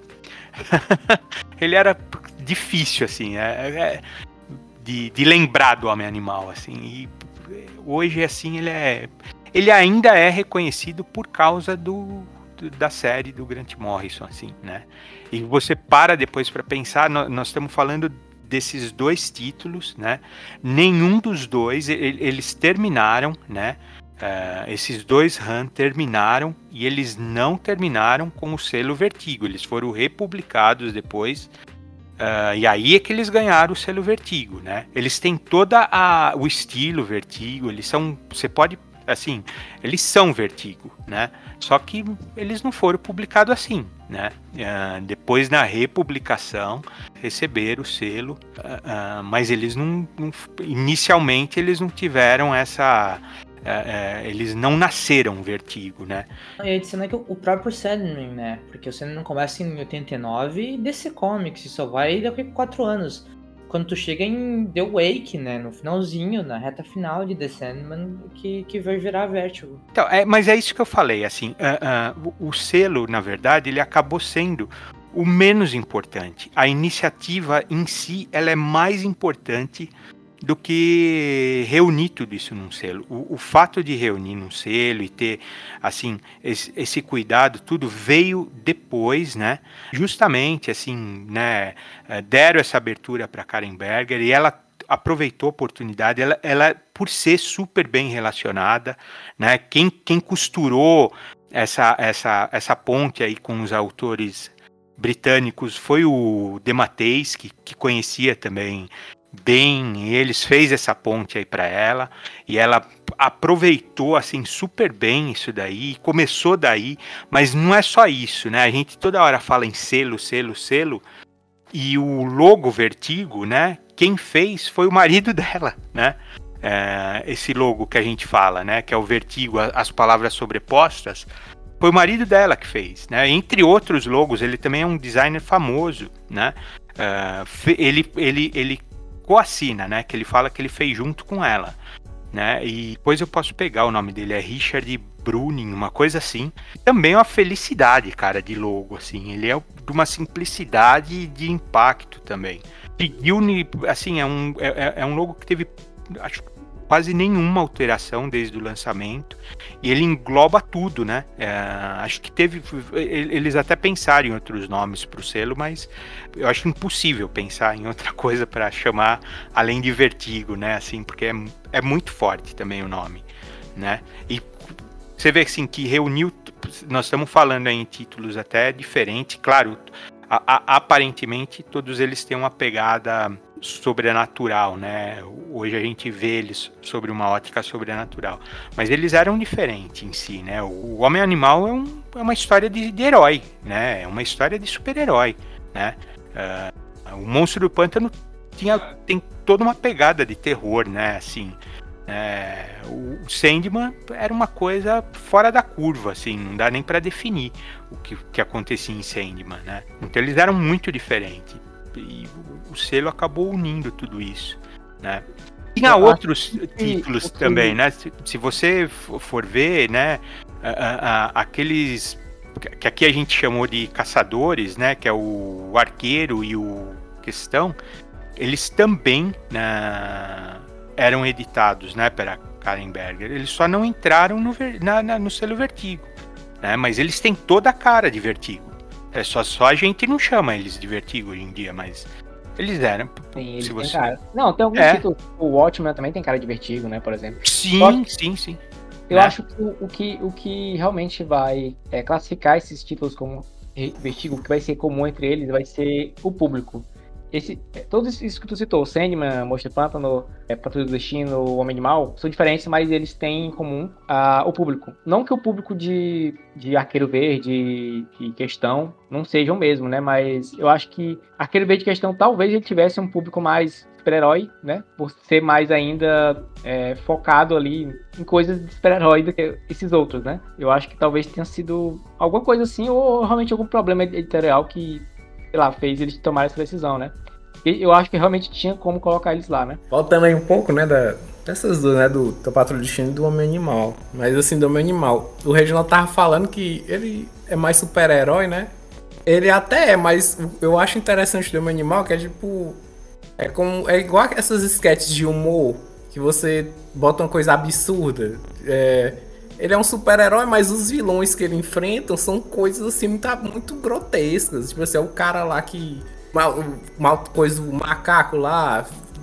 ele era difícil, assim, é... é... De, de lembrar do Homem-Animal, assim, e hoje, assim, ele é, ele ainda é reconhecido por causa do, do da série do Grant Morrison, assim, né, e você para depois para pensar, nós, nós estamos falando desses dois títulos, né, nenhum dos dois, eles terminaram, né, uh, esses dois run terminaram, e eles não terminaram com o selo Vertigo, eles foram republicados depois. Uh, e aí é que eles ganharam o selo Vertigo, né? Eles têm toda a, o estilo Vertigo, eles são, você pode, assim, eles são Vertigo, né? Só que eles não foram publicados assim, né? Uh, depois na republicação receberam o selo, uh, uh, mas eles não, não, inicialmente eles não tiveram essa... É, é, eles não nasceram Vertigo, né? E adicionar que o próprio Sandman, né? Porque o Sandman começa em oitenta e nove e D C Comics, só vai daqui a quatro anos. quando tu chega em The Wake, né? No finalzinho, na reta final de The Sandman, que, que vai virar Vertigo. Então, é, mas é isso que eu falei, assim, uh, uh, o, o selo, na verdade, ele acabou sendo o menos importante. A iniciativa em si, ela é mais importante do que reunir tudo isso num selo. O, o fato de reunir num selo e ter, assim, esse, esse cuidado, tudo veio depois, né? Justamente, assim, né? Deram essa abertura para Karen Berger e ela aproveitou a oportunidade. Ela, ela, por ser super bem relacionada, né? Quem, quem costurou essa, essa, essa ponte aí com os autores britânicos foi o DeMatteis, que, que conhecia também bem eles, fez essa ponte aí para ela, e ela aproveitou assim super bem isso daí, começou daí, mas não é só isso, né? A gente toda hora fala em selo, selo, selo, e o logo Vertigo, né? Quem fez foi o marido dela, né? É, esse logo que a gente fala, né? Que é o Vertigo, as palavras sobrepostas, foi o marido dela que fez, né? Entre outros logos, ele também é um designer famoso, né? Uh, ele, ele, ele coassina, né? Que ele fala que ele fez junto com ela, né? E depois eu posso pegar o nome dele, é Richard Bruning, uma coisa assim. Também é uma felicidade, cara, de logo, assim. Ele é de uma simplicidade de impacto também. Seguiu, assim, é um, é, é um logo que teve, acho, quase nenhuma alteração desde o lançamento, e ele engloba tudo, né? É, acho que teve, eles até pensaram em outros nomes para o selo, mas eu acho impossível pensar em outra coisa para chamar além de Vertigo, né? Assim, porque é, é muito forte também o nome, né? E você vê assim que reuniu, nós estamos falando aí em títulos até diferentes, claro, a, a, aparentemente todos eles têm uma pegada sobrenatural, né? Hoje a gente vê eles sobre uma ótica sobrenatural, mas eles eram diferentes em si, né? O Homem-Animal é, um, é uma história de, de herói, né? É uma história de super-herói, né? Uh, o Monstro do Pântano tinha, tem toda uma pegada de terror, né? Assim, é, o Sandman era uma coisa fora da curva, assim, não dá nem para definir o que, que acontecia em Sandman, né? Então eles eram muito diferentes. E o selo acabou unindo tudo isso, né? Tinha eu outros títulos que, também, que... né? Se, se você for ver, né? A, a, a, aqueles que aqui a gente chamou de caçadores, né? Que é o Arqueiro e o Questão, eles também, né, eram editados, né? Pela Karen Berger. Eles só não entraram no, na, na, no selo Vertigo, né? Mas eles têm toda a cara de Vertigo. É só, só a gente não chama eles de Vertigo hoje em dia, mas eles eram. Sim, eles se têm você... cara. Não, tem alguns é. títulos. O Watchmen também tem cara de Vertigo, né, por exemplo. Sim, que, sim, sim. Eu né? acho que o, que o que realmente vai é, classificar esses títulos como Vertigo, o que vai ser comum entre eles, vai ser o público. Esse, todos isso que tu citou, Sandman, Monstro do Pântano, é, Patrulha do Destino, o Homem-Animal, são diferentes, mas eles têm em comum uh, o público. Não que o público de, de Arqueiro Verde e Questão não sejam o mesmo, né? Mas eu acho que Arqueiro Verde e Questão talvez ele tivesse um público mais super-herói, né? Por ser mais ainda é, focado ali em coisas de super-herói do que esses outros, né? Eu acho que talvez tenha sido alguma coisa assim, ou realmente algum problema editorial que, sei lá, fez eles tomarem essa decisão, né? E eu acho que realmente tinha como colocar eles lá, né? Voltando aí um pouco, né, da, dessas duas, né, do, do Patrulha do Destino e do Homem-Animal. Mas assim, do Homem-Animal, o Reginaldo tava falando que ele é mais super-herói, né? Ele até é, mas eu acho interessante do Homem-Animal que é tipo... É, como, é igual essas sketches de humor, que você bota uma coisa absurda. É... Ele é um super-herói, mas os vilões que ele enfrenta são coisas assim muito, muito grotescas. Tipo assim, é o cara lá que... Mal, mal coisa, o macaco lá,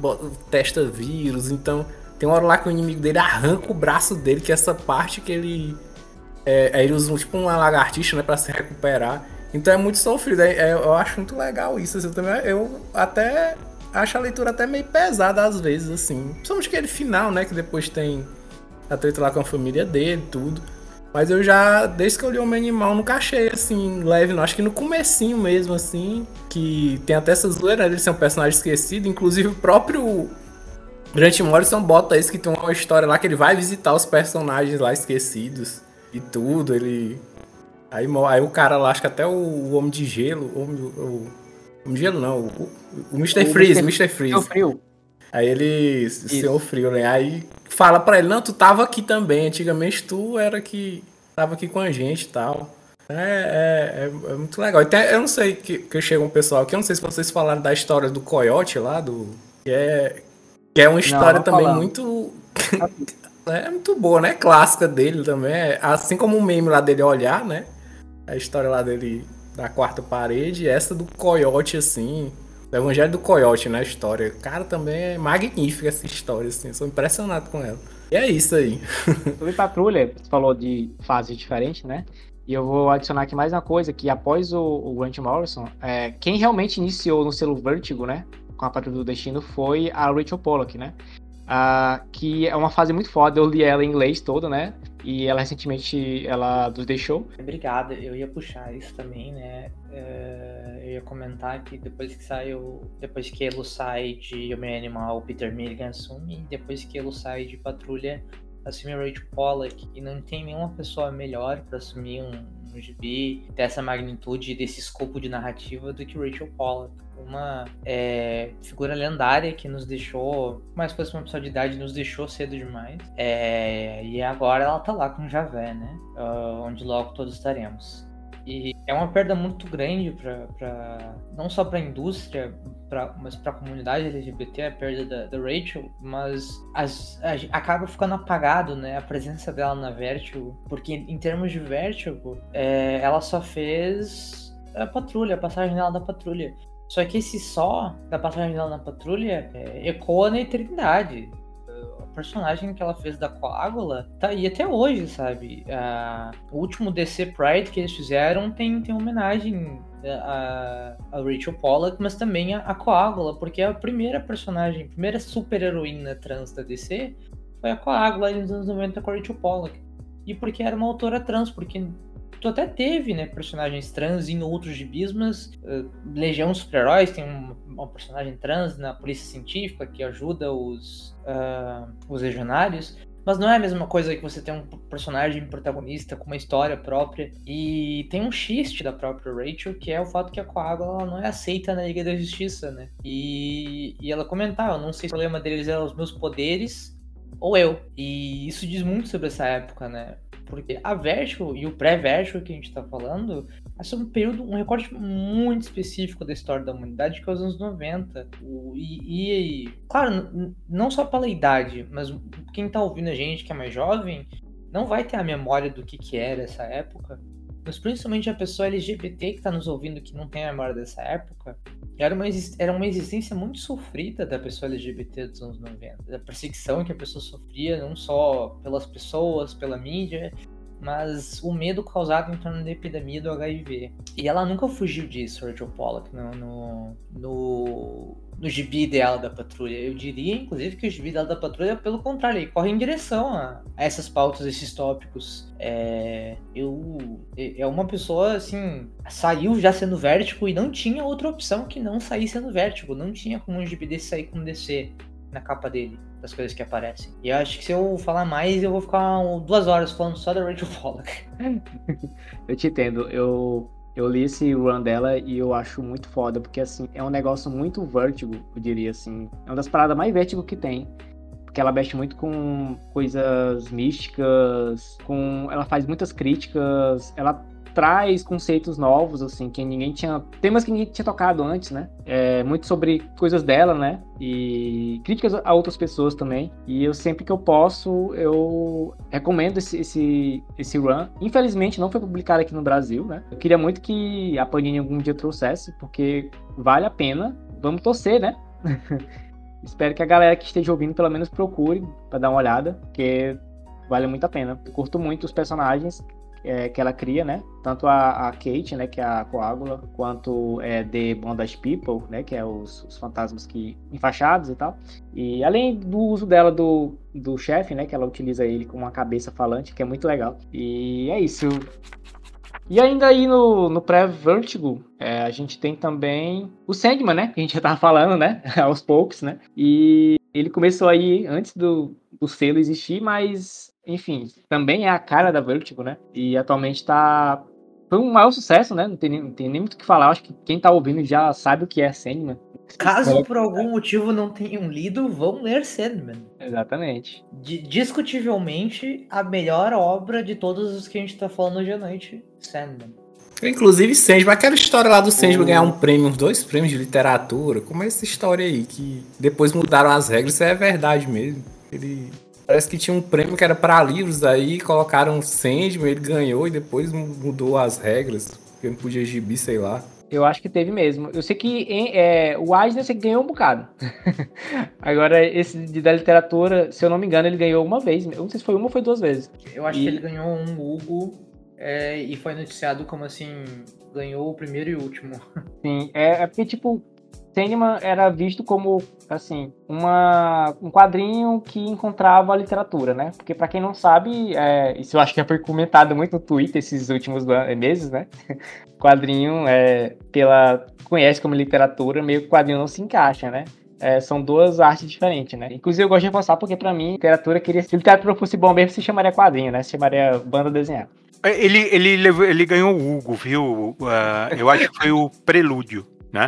testa vírus. Então, tem uma hora lá que o inimigo dele arranca o braço dele, que é essa parte que ele... É, aí ele usa tipo uma lagartixa, né, pra se recuperar. Então é muito sofrido. É, é, eu acho muito legal isso. Assim, também, eu até acho a leitura até meio pesada às vezes, assim. Principalmente aquele final, né, que depois tem... a treta lá com a família dele, tudo. Mas eu já, desde que eu li o Homem-Animal, nunca achei, assim, leve, não. Acho que no comecinho mesmo, assim, que tem até essas zoeiras, ele ser um personagem esquecido. Inclusive, o próprio Grant Morrison bota isso, que tem uma história lá que ele vai visitar os personagens lá esquecidos e tudo. Ele... Aí, aí o cara lá, acho que até o Homem de Gelo, o, o, O Gelo não, o, o mister Freeze, o mister Freeze. O Frio. Aí ele, o senhor Frio, né? Aí fala pra ele, não, tu tava aqui também, antigamente tu era que tava aqui com a gente e tal. É, é, é, é muito legal. Até, eu não sei que, que chega um pessoal aqui, eu não sei se vocês falaram da história do Coyote lá, do, que, é, que é uma história não, não também falando. muito... é muito boa, né? Clássica dele também. Assim como o meme lá dele olhar, né? A história lá dele da quarta parede, essa do Coyote, assim... O Evangelho do Coyote, né? A história. Cara, também é magnífica essa história, assim. Sou impressionado com ela. E é isso aí. Sobre Patrulha, você falou de fases diferentes, né? E eu vou adicionar aqui mais uma coisa, que após o, o Grant Morrison, é, quem realmente iniciou no selo Vertigo, né? Com a Patrulha do Destino, foi a Rachel Pollack, né? Uh, que é uma fase muito foda, eu li ela em inglês toda, né? E ela recentemente, ela nos deixou. Obrigado, eu ia puxar isso também, né? Uh, eu ia comentar que depois que saiu, depois que Elo sai de Homem Animal, o Peter Milligan assume, e depois que Elo sai de Patrulha, assume a Rachel Pollack, e não tem nenhuma pessoa melhor para assumir um, um gibi dessa magnitude, desse escopo de narrativa do que Rachel Pollack. Uma é, figura lendária que nos deixou, mais coisa uma pessoa de idade, nos deixou cedo demais. É, e agora ela tá lá com o Javé, né? Uh, onde logo todos estaremos. E é uma perda muito grande pra, pra, não só para a indústria, pra, mas para a comunidade L G B T, a perda da, da Rachel, mas as, a, acaba ficando apagado, né, a presença dela na Vertigo, porque em termos de Vertigo, é, ela só fez a Patrulha, a passagem dela da Patrulha. Só que esse só da passagem dela na Patrulha é, ecoa na eternidade. A personagem que ela fez da Coágula tá aí até hoje, sabe? A, o último D C Pride que eles fizeram tem, tem homenagem a, a Rachel Pollack, mas também a, a Coágula, porque a primeira personagem, a primeira super-heroína trans da D C foi a Coágula nos anos noventa com a Rachel Pollack. E porque era uma autora trans, porque tu até teve, né, personagens trans em outros gibis, mas uh, Legião dos Super-Heróis tem um, uma personagem trans na Polícia Científica que ajuda os, uh, os legionários, mas não é a mesma coisa que você ter um personagem protagonista com uma história própria. E tem um xiste da própria Rachel, que é o fato que a Coágula ela não é aceita na Liga da Justiça, né? E, e ela comentava, não sei se o problema deles é os meus poderes ou eu. E isso diz muito sobre essa época, né? Porque a Vertigo e o pré-Vertigo que a gente tá falando é sobre um período, um recorte muito específico da história da humanidade, que é os anos noventa. O, e, e, claro, n- não só pela idade, mas quem tá ouvindo a gente, que é mais jovem, não vai ter a memória do que, que era essa época. Mas principalmente a pessoa L G B T que tá nos ouvindo, que não tem a memória dessa época, era uma, era uma existência muito sofrida da pessoa L G B T dos anos noventa. Da perseguição que a pessoa sofria, não só pelas pessoas, pela mídia, mas o medo causado em torno da epidemia do H I V. E ela nunca fugiu disso, Rachel Pollack, no, no, no, no gibi dela da Patrulha. Eu diria, inclusive, que o gibi dela da Patrulha, pelo contrário, ele corre em direção a, a essas pautas, esses tópicos. É, eu, é uma pessoa, assim, saiu já sendo Vertigo e não tinha outra opção que não sair sendo Vertigo. Não tinha como um gibi desse sair com D C na capa dele, das coisas que aparecem. E eu acho que se eu falar mais, eu vou ficar duas horas falando só da Rachel Pollack. Eu te entendo. Eu, eu li esse run dela e eu acho muito foda, porque, assim, é um negócio muito Vertigo, eu diria, assim. É uma das paradas mais Vertigo que tem. Porque ela mexe muito com coisas místicas, com... ela faz muitas críticas, ela traz conceitos novos, assim, que ninguém tinha... temas que ninguém tinha tocado antes, né? É, muito sobre coisas dela, né? E críticas a outras pessoas também. E eu, sempre que eu posso, eu recomendo esse, esse, esse run. Infelizmente, não foi publicado aqui no Brasil, né? Eu queria muito que a Panini algum dia trouxesse, porque vale a pena. Vamos torcer, né? Espero que a galera que esteja ouvindo pelo menos procure para dar uma olhada, porque vale muito a pena. Eu curto muito os personagens é, que ela cria, né? Tanto a, a Kate, né, que é a Coágula, quanto é, The Bondage People, né, que é os, os fantasmas que enfaixados e tal. E além do uso dela do, do chefe, né, que ela utiliza ele com uma cabeça falante, que é muito legal. E é isso. E ainda aí no, no pré-Vertigo, é, a gente tem também o Sandman, né? Que a gente já tava falando, né? Aos poucos, né? E ele começou aí antes do, do selo existir, mas, enfim, também é a cara da Vertigo, né? E atualmente tá foi um maior sucesso, né? Não tem, nem- não tem nem muito o que falar. Acho que quem tá ouvindo já sabe o que é Sandman. Caso por algum motivo não tenham lido, vão ler Sandman. Exatamente. Di- discutivelmente, a melhor obra de todos os que a gente tá falando hoje à noite, Sandman. Inclusive, Sandman, aquela história lá do Sandman O- ganhar um prêmio, uns dois prêmios de literatura. Como é essa história aí? Que depois mudaram as regras, isso é verdade mesmo. Ele parece que tinha um prêmio que era pra livros, aí colocaram Sandman, ele ganhou e depois mudou as regras. Porque não podia gibi, sei lá. Eu acho que teve mesmo. Eu sei que em- é, o Eisner ganhou um bocado. Agora, esse de, da literatura, se eu não me engano, ele ganhou uma vez. Eu não sei se foi uma ou foi duas vezes. Eu acho E- que ele ganhou um Hugo é, e foi noticiado como assim, ganhou o primeiro e último. Sim, é, é porque, tipo, Sandman era visto como, assim, uma, um quadrinho que encontrava a literatura, né? Porque, pra quem não sabe, é, isso eu acho que já foi comentado muito no Twitter esses últimos an- meses, né? Quadrinho, é, pela conhece como literatura, meio que o quadrinho não se encaixa, né? É, são duas artes diferentes, né? Inclusive, eu gosto de reforçar porque, pra mim, literatura queria... Se literatura fosse bom mesmo, se chamaria quadrinho, né? Se chamaria banda desenhada. Ele, ele, levou- ele ganhou o Hugo, viu? Ah, eu acho que foi o Prelúdio, né?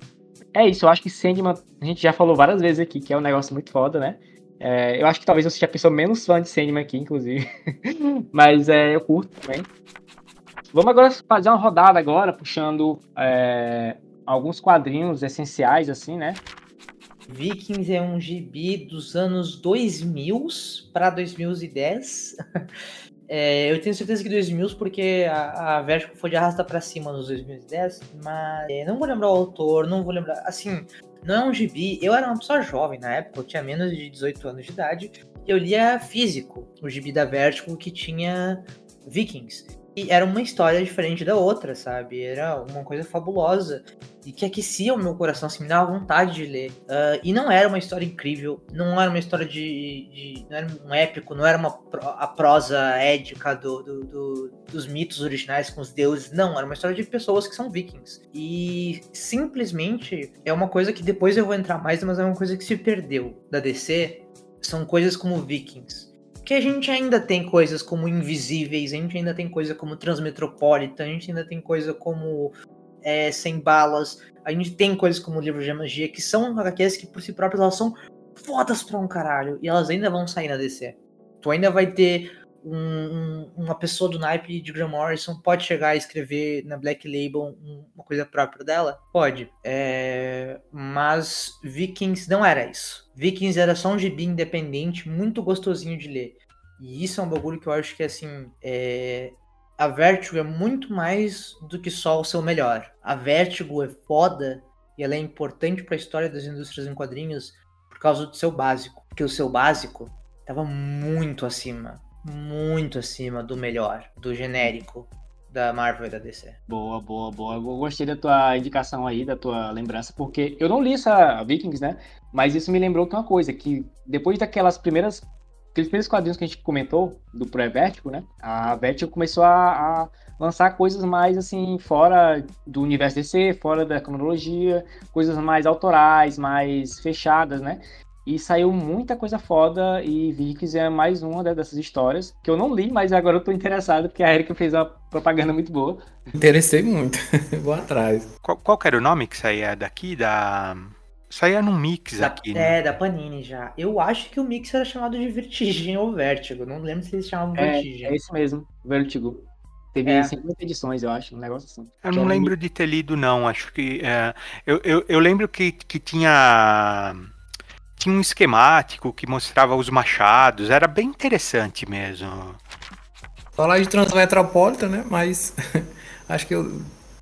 É isso, eu acho que Sandman, a gente já falou várias vezes aqui, que é um negócio muito foda, né? É, eu acho que talvez eu seja a pessoa menos fã de Sandman aqui, inclusive. Mas é, eu curto também. Vamos agora fazer uma rodada agora, puxando é, alguns quadrinhos essenciais, assim, né? Vikings é um gibi dos anos dois mil para dois mil e dez. É, eu tenho certeza que dois mil, porque a, a Vertigo foi de arrasta pra cima nos dois mil e dez, mas é, não vou lembrar o autor, não vou lembrar. Assim, não é um gibi. Eu era uma pessoa jovem na época, eu tinha menos de dezoito anos de idade. E eu lia físico, o gibi da Vertigo que tinha Vikings. E era uma história diferente da outra, sabe? Era uma coisa fabulosa e que aquecia o meu coração, assim, me dava vontade de ler. Uh, e não era uma história incrível, não era uma história de... de não era um épico, não era uma pro, a prosa édica do, do, do, dos mitos originais com os deuses, não, era uma história de pessoas que são vikings. E simplesmente é uma coisa que depois eu vou entrar mais, mas é uma coisa que se perdeu da D C, são coisas como Vikings. Que a gente ainda tem coisas como Invisíveis, a gente ainda tem coisa como Transmetropolitan, a gente ainda tem coisa como é, Sem Balas, a gente tem coisas como Livro de Magia, que são H Qs que por si próprias elas são fodas pra um caralho, e elas ainda vão sair na D C. Tu ainda vai ter um, um, uma pessoa do naipe de Grant Morrison, pode chegar a escrever na Black Label um, uma coisa própria dela? Pode. É, mas Vikings não era isso. Vikings era só um gibi independente, muito gostosinho de ler. E isso é um bagulho que eu acho que, assim, é... a Vertigo é muito mais do que só o seu melhor. A Vertigo é foda e ela é importante para a história das indústrias em quadrinhos por causa do seu básico. Porque o seu básico estava muito acima, muito acima do melhor, do genérico da Marvel e da D C. Boa, boa, boa. Eu gostei da tua indicação aí, da tua lembrança, porque eu não li essa Vikings, né? Mas isso me lembrou que uma coisa, que depois daquelas primeiras, aqueles primeiros quadrinhos que a gente comentou, do pré-Vertigo, né? A Vertigo começou a, a lançar coisas mais, assim, fora do universo D C, fora da cronologia, coisas mais autorais, mais fechadas, né? E saiu muita coisa foda, e Vikings é mais uma dessas histórias, que eu não li, mas agora eu tô interessado, porque a Erika fez uma propaganda muito boa. Interessei muito. Vou atrás. Qual, qual que era o nome que saía daqui? Da... Saía num mix Da, aqui, né? é, da Panini já. Eu acho que o mix era chamado de Vertigem ou Vértigo. Não lembro se eles chamavam É, Vertigem. é isso mesmo, Vertigo. Teve É. cinquenta edições, eu acho, um negócio assim. Eu Que não era lembro de ter lido, não. Acho que. É, eu, eu, eu lembro que, que tinha. Tinha um esquemático que mostrava os machados. Era bem interessante mesmo. Falar de Transmetropolitan, né? Mas acho que eu,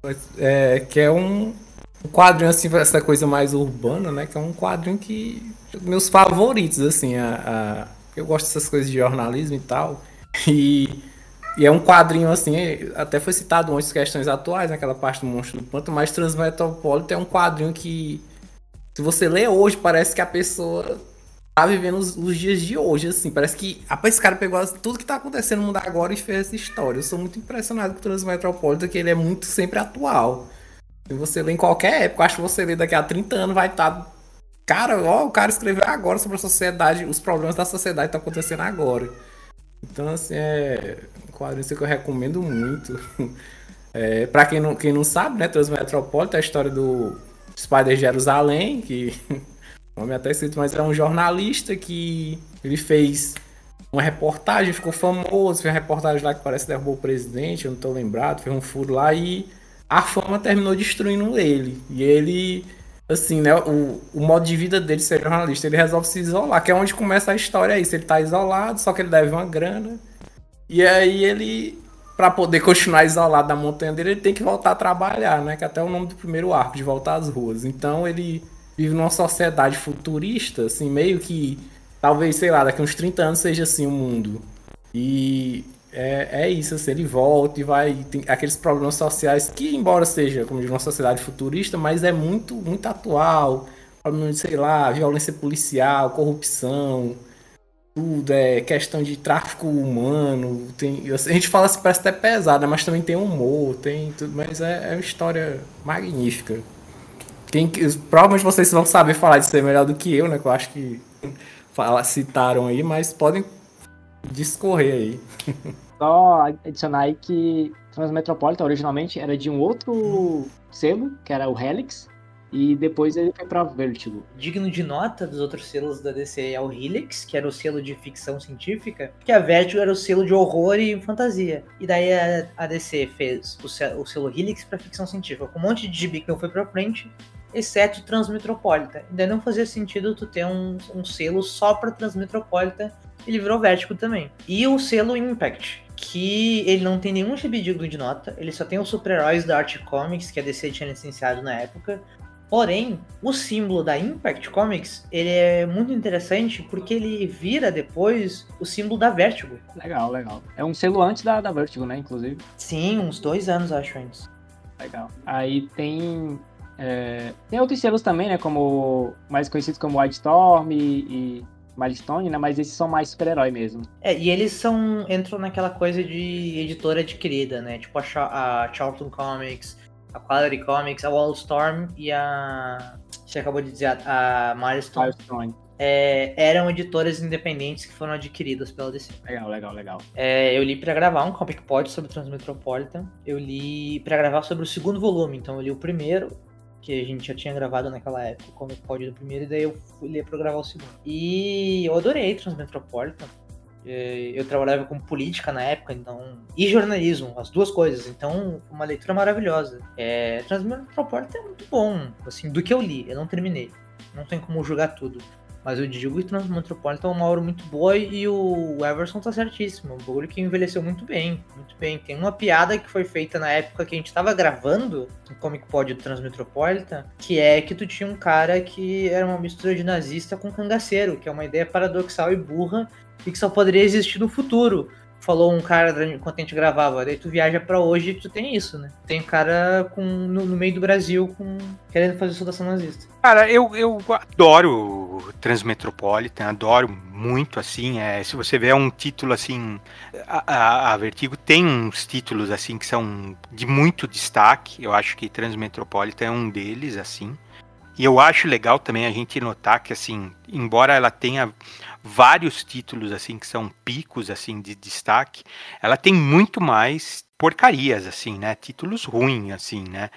é, que é um, um quadrinho assim, essa coisa mais urbana, né? Que é um quadrinho que meus favoritos, assim, a, a, eu gosto dessas coisas de jornalismo e tal. E, e é um quadrinho assim, até foi citado antes questões atuais, naquela parte do Monstro do Pântano, mas Transmetropolitan é um quadrinho que, se você lê hoje, parece que a pessoa tá vivendo os, os dias de hoje, assim. Parece que rapaz, esse cara pegou tudo que tá acontecendo no mundo agora e fez essa história. Eu sou muito impressionado com o Transmetropolitan, que ele é muito sempre atual. Se você lê em qualquer época, eu acho que você lê daqui a trinta anos, vai estar... Tá... Cara, ó, o cara escreveu agora sobre a sociedade, os problemas da sociedade estão acontecendo agora. Então, assim, é um quadrinho que eu recomendo muito. É, pra quem não, quem não sabe, né, Transmetropolitan é a história do Spider Jerusalém, que o nome é até escrito, mas é um jornalista que ele fez uma reportagem, ficou famoso, fez uma reportagem lá que parece que derrubou o presidente, eu não tô lembrado, fez um furo lá e a fama terminou destruindo ele. E ele, assim, né, o, o modo de vida dele ser jornalista, ele resolve se isolar, que é onde começa a história aí. Ele tá isolado, só que ele deve uma grana. E aí ele, pra poder continuar isolado da montanha dele, ele tem que voltar a trabalhar, né, que até é o nome do primeiro arco, de voltar às ruas. Então ele vive numa sociedade futurista, assim, meio que, talvez, sei lá, daqui uns trinta anos seja assim o mundo. E é, é isso, assim, ele volta e vai, tem aqueles problemas sociais que, embora seja, como diz, uma sociedade futurista, mas é muito, muito atual. Problemas de, sei lá, violência policial, corrupção, tudo, é questão de tráfico humano. Tem, a gente fala assim, parece até pesada, mas também tem humor, tem tudo, mas é, é uma história magnífica. Quem, provavelmente vocês vão saber falar disso aí melhor do que eu, né? Que eu acho que fala, citaram aí, mas podem discorrer aí. Só adicionar aí que Transmetropolitan originalmente era de um outro selo, que era o Helix, e depois ele foi pra Vertigo. Digno de nota dos outros selos da D C é o Helix, que era o selo de ficção científica, porque a Vertigo era o selo de horror e fantasia. E daí a, a D C fez o selo, o selo Helix pra ficção científica, com um monte de gibi que não foi pra frente, exceto Transmetropolitan. E daí não fazia sentido tu ter um, um selo só pra Transmetropolitan, ele virou Vertigo também. E o selo Impact, que ele não tem nenhum gibi digno de nota, ele só tem os super-heróis da Archie Comics, que a D C tinha licenciado na época. Porém, o símbolo da Impact Comics, ele é muito interessante porque ele vira depois o símbolo da Vertigo. Legal, legal. É um selo antes da, da Vertigo, né, inclusive. Sim, uns dois anos, acho, antes. Legal. Aí tem... É, tem outros selos também, né, como mais conhecidos como White Storm e, e Milestone, né, mas esses são mais super-herói mesmo. É, e eles são entram naquela coisa de editora adquirida, né, tipo a, a Charlton Comics, a Quality Comics, a Wildstorm e a... Você acabou de dizer, a, a Milestone. Milestone. É, eram editoras independentes que foram adquiridas pela D C. Legal, legal, legal. É, eu li pra gravar um Comic Pod sobre Transmetropolitan. Eu li pra gravar sobre o segundo volume, então eu li o primeiro, que a gente já tinha gravado naquela época, o Comic Pod do primeiro, e daí eu fui ler pra gravar o segundo. E eu adorei Transmetropolitan. Eu trabalhava com política na época, então, e jornalismo, as duas coisas, então uma leitura maravilhosa. É, Transmetropolitan é muito bom, assim, do que eu li, eu não terminei, não tem como julgar tudo, mas eu digo que Transmetropolitan é uma obra muito boa e o Everson tá certíssimo, um bagulho que envelheceu muito bem, muito bem. Tem uma piada que foi feita na época que a gente tava gravando o Comic Pod do Transmetropolitan, que é que tu tinha um cara que era uma mistura de nazista com cangaceiro, que é uma ideia paradoxal e burra, e que só poderia existir no futuro. Falou um cara enquanto a gente gravava. Daí tu viaja pra hoje e tu tem isso, né? Tem um cara com, no, no meio do Brasil com, querendo fazer saudação nazista. Cara, eu, eu adoro Transmetropolitan, adoro muito, assim. É, se você vê um título assim, a, a, a Vertigo tem uns títulos assim que são de muito destaque. Eu acho que Transmetropolitan é um deles, assim. E eu acho legal também a gente notar que, assim, embora ela tenha vários títulos, assim, que são picos, assim, de destaque, ela tem muito mais porcarias, assim, né? Títulos ruins, assim, né?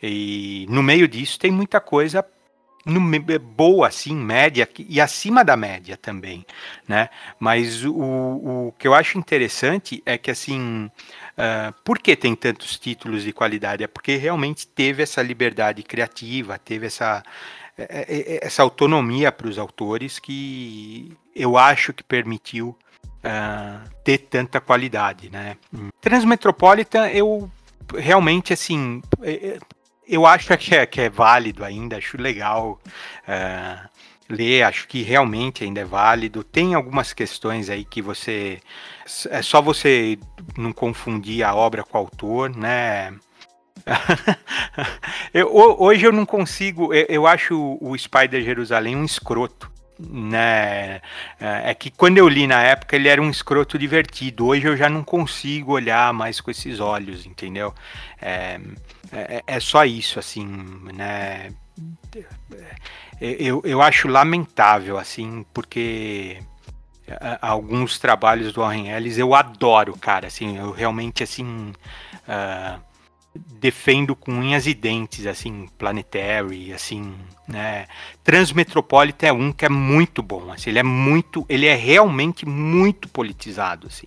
E no meio disso tem muita coisa no, boa, assim, média, e acima da média também, né? Mas o, o que eu acho interessante é que, assim... Uh, por que tem tantos títulos de qualidade? É porque realmente teve essa liberdade criativa, teve essa, essa autonomia para os autores que eu acho que permitiu uh, ter tanta qualidade, né? Transmetropolitan, eu realmente, assim, eu acho que é, que é válido ainda, acho legal uh, ler, acho que realmente ainda é válido. Tem algumas questões aí que você... É só você não confundir a obra com o autor, né? eu, hoje eu não consigo... Eu, eu acho o Spider Jerusalém um escroto, né? É que quando eu li na época ele era um escroto divertido. Hoje eu já não consigo olhar mais com esses olhos, entendeu? É, é, é só isso, assim, né? Eu, eu acho lamentável, assim, porque alguns trabalhos do Warren Ellis eu adoro, cara, assim, eu realmente, assim, uh, defendo com unhas e dentes, assim, Planetary, assim, né? Transmetropolitan é um que é muito bom, assim, ele é muito, ele é realmente muito politizado, assim.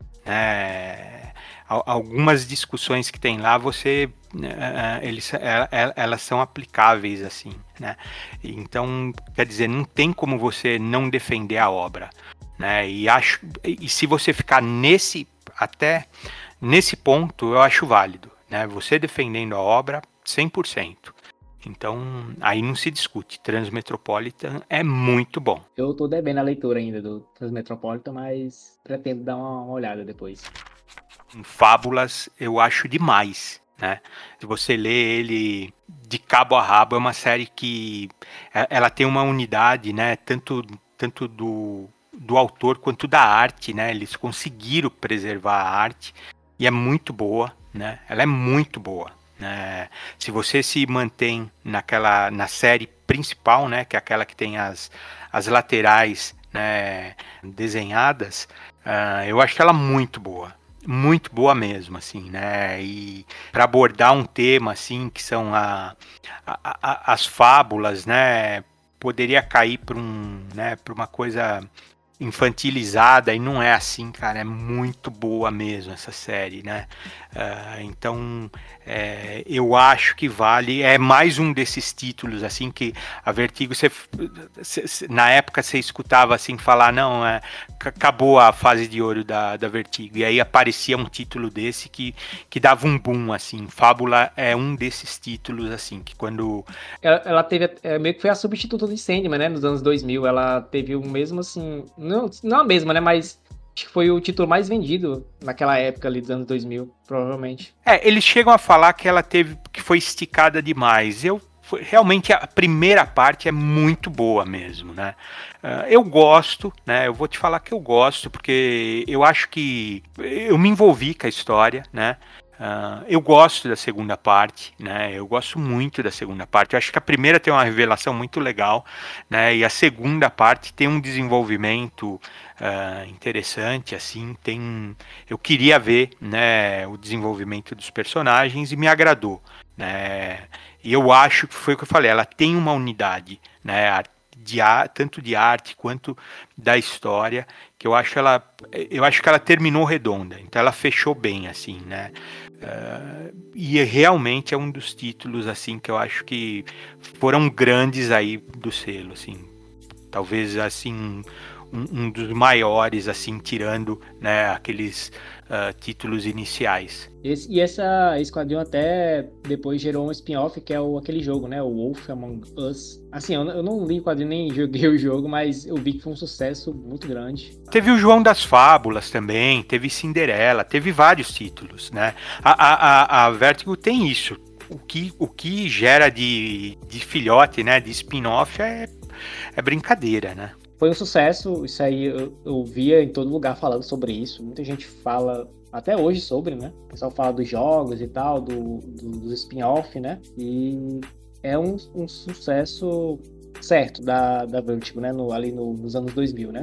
É, algumas discussões que tem lá, você, eles, elas são aplicáveis, assim, né? Então, quer dizer, não tem como você não defender a obra, né? E acho, e se você ficar nesse, até nesse ponto, eu acho válido, né? Você defendendo a obra cem por cento. Então, aí não se discute. Transmetropolitan é muito bom. Eu tô devendo a leitura ainda do Transmetropolitan, mas pretendo dar uma, uma olhada depois. Em Fábulas, eu acho demais, né? Se você lê ele de cabo a rabo, é uma série que ela tem uma unidade, né? Tanto, tanto do, do autor quanto da arte, né? Eles conseguiram preservar a arte e é muito boa, né? Ela é muito boa, né? Se você se mantém naquela, na série principal, né? Que é aquela que tem as, as laterais, né? Desenhadas, uh, eu acho ela muito boa. Muito boa mesmo, assim, né? E para abordar um tema, assim, que são a, a, a, as fábulas, né? Poderia cair para um, né? Para uma coisa infantilizada, e não é assim, cara. É muito boa mesmo essa série, né? Uh, então, é, eu acho que vale. É mais um desses títulos, assim, que a Vertigo, você, na época você escutava assim falar, não, é, acabou a fase de ouro da, da Vertigo, e aí aparecia um título desse que, que dava um boom, assim. Fábula é um desses títulos, assim, que quando... Ela, ela teve, é, meio que foi a substituta do Sandman, né, nos anos dois mil, ela teve o mesmo, assim, não, não a mesma, né, mas acho que foi o título mais vendido naquela época ali dos anos dois mil, provavelmente. É, eles chegam a falar que ela teve, que foi esticada demais. Eu Foi, realmente a primeira parte é muito boa mesmo, né? Uh, eu gosto, né? Eu vou te falar que eu gosto, porque eu acho que eu me envolvi com a história, né? Uh, eu gosto da segunda parte, né? Eu gosto muito da segunda parte. Eu acho que a primeira tem uma revelação muito legal, né? E a segunda parte tem um desenvolvimento uh, interessante, assim. Tem, eu queria ver, né? O desenvolvimento dos personagens e me agradou, né? E eu acho que foi o que eu falei. Ela tem uma unidade, né? De ar, tanto de arte quanto da história, que eu acho ela, eu acho que ela terminou redonda, então ela fechou bem, assim, né? Uh, e realmente é um dos títulos, assim, que eu acho que foram grandes aí do selo, assim, talvez, assim, um, um dos maiores, assim, tirando, né, aqueles uh, títulos iniciais. Esse, e essa, esse quadrinho até depois gerou um spin-off, que é o, aquele jogo, né, o Wolf Among Us. Assim, eu, eu não li o quadrinho nem joguei o jogo, mas eu vi que foi um sucesso muito grande. Teve o João das Fábulas também, teve Cinderela, teve vários títulos, né? A, a, a Vertigo tem isso. O que, o que gera de, de filhote, né, de spin-off é, é brincadeira, né? Foi um sucesso, isso aí eu, eu via em todo lugar falando sobre isso. Muita gente fala até hoje sobre, né? O pessoal fala dos jogos e tal, do, do, dos spin-off, né? E é um, um sucesso certo da, da Vertigo, né? No, ali no, nos anos dois mil, né?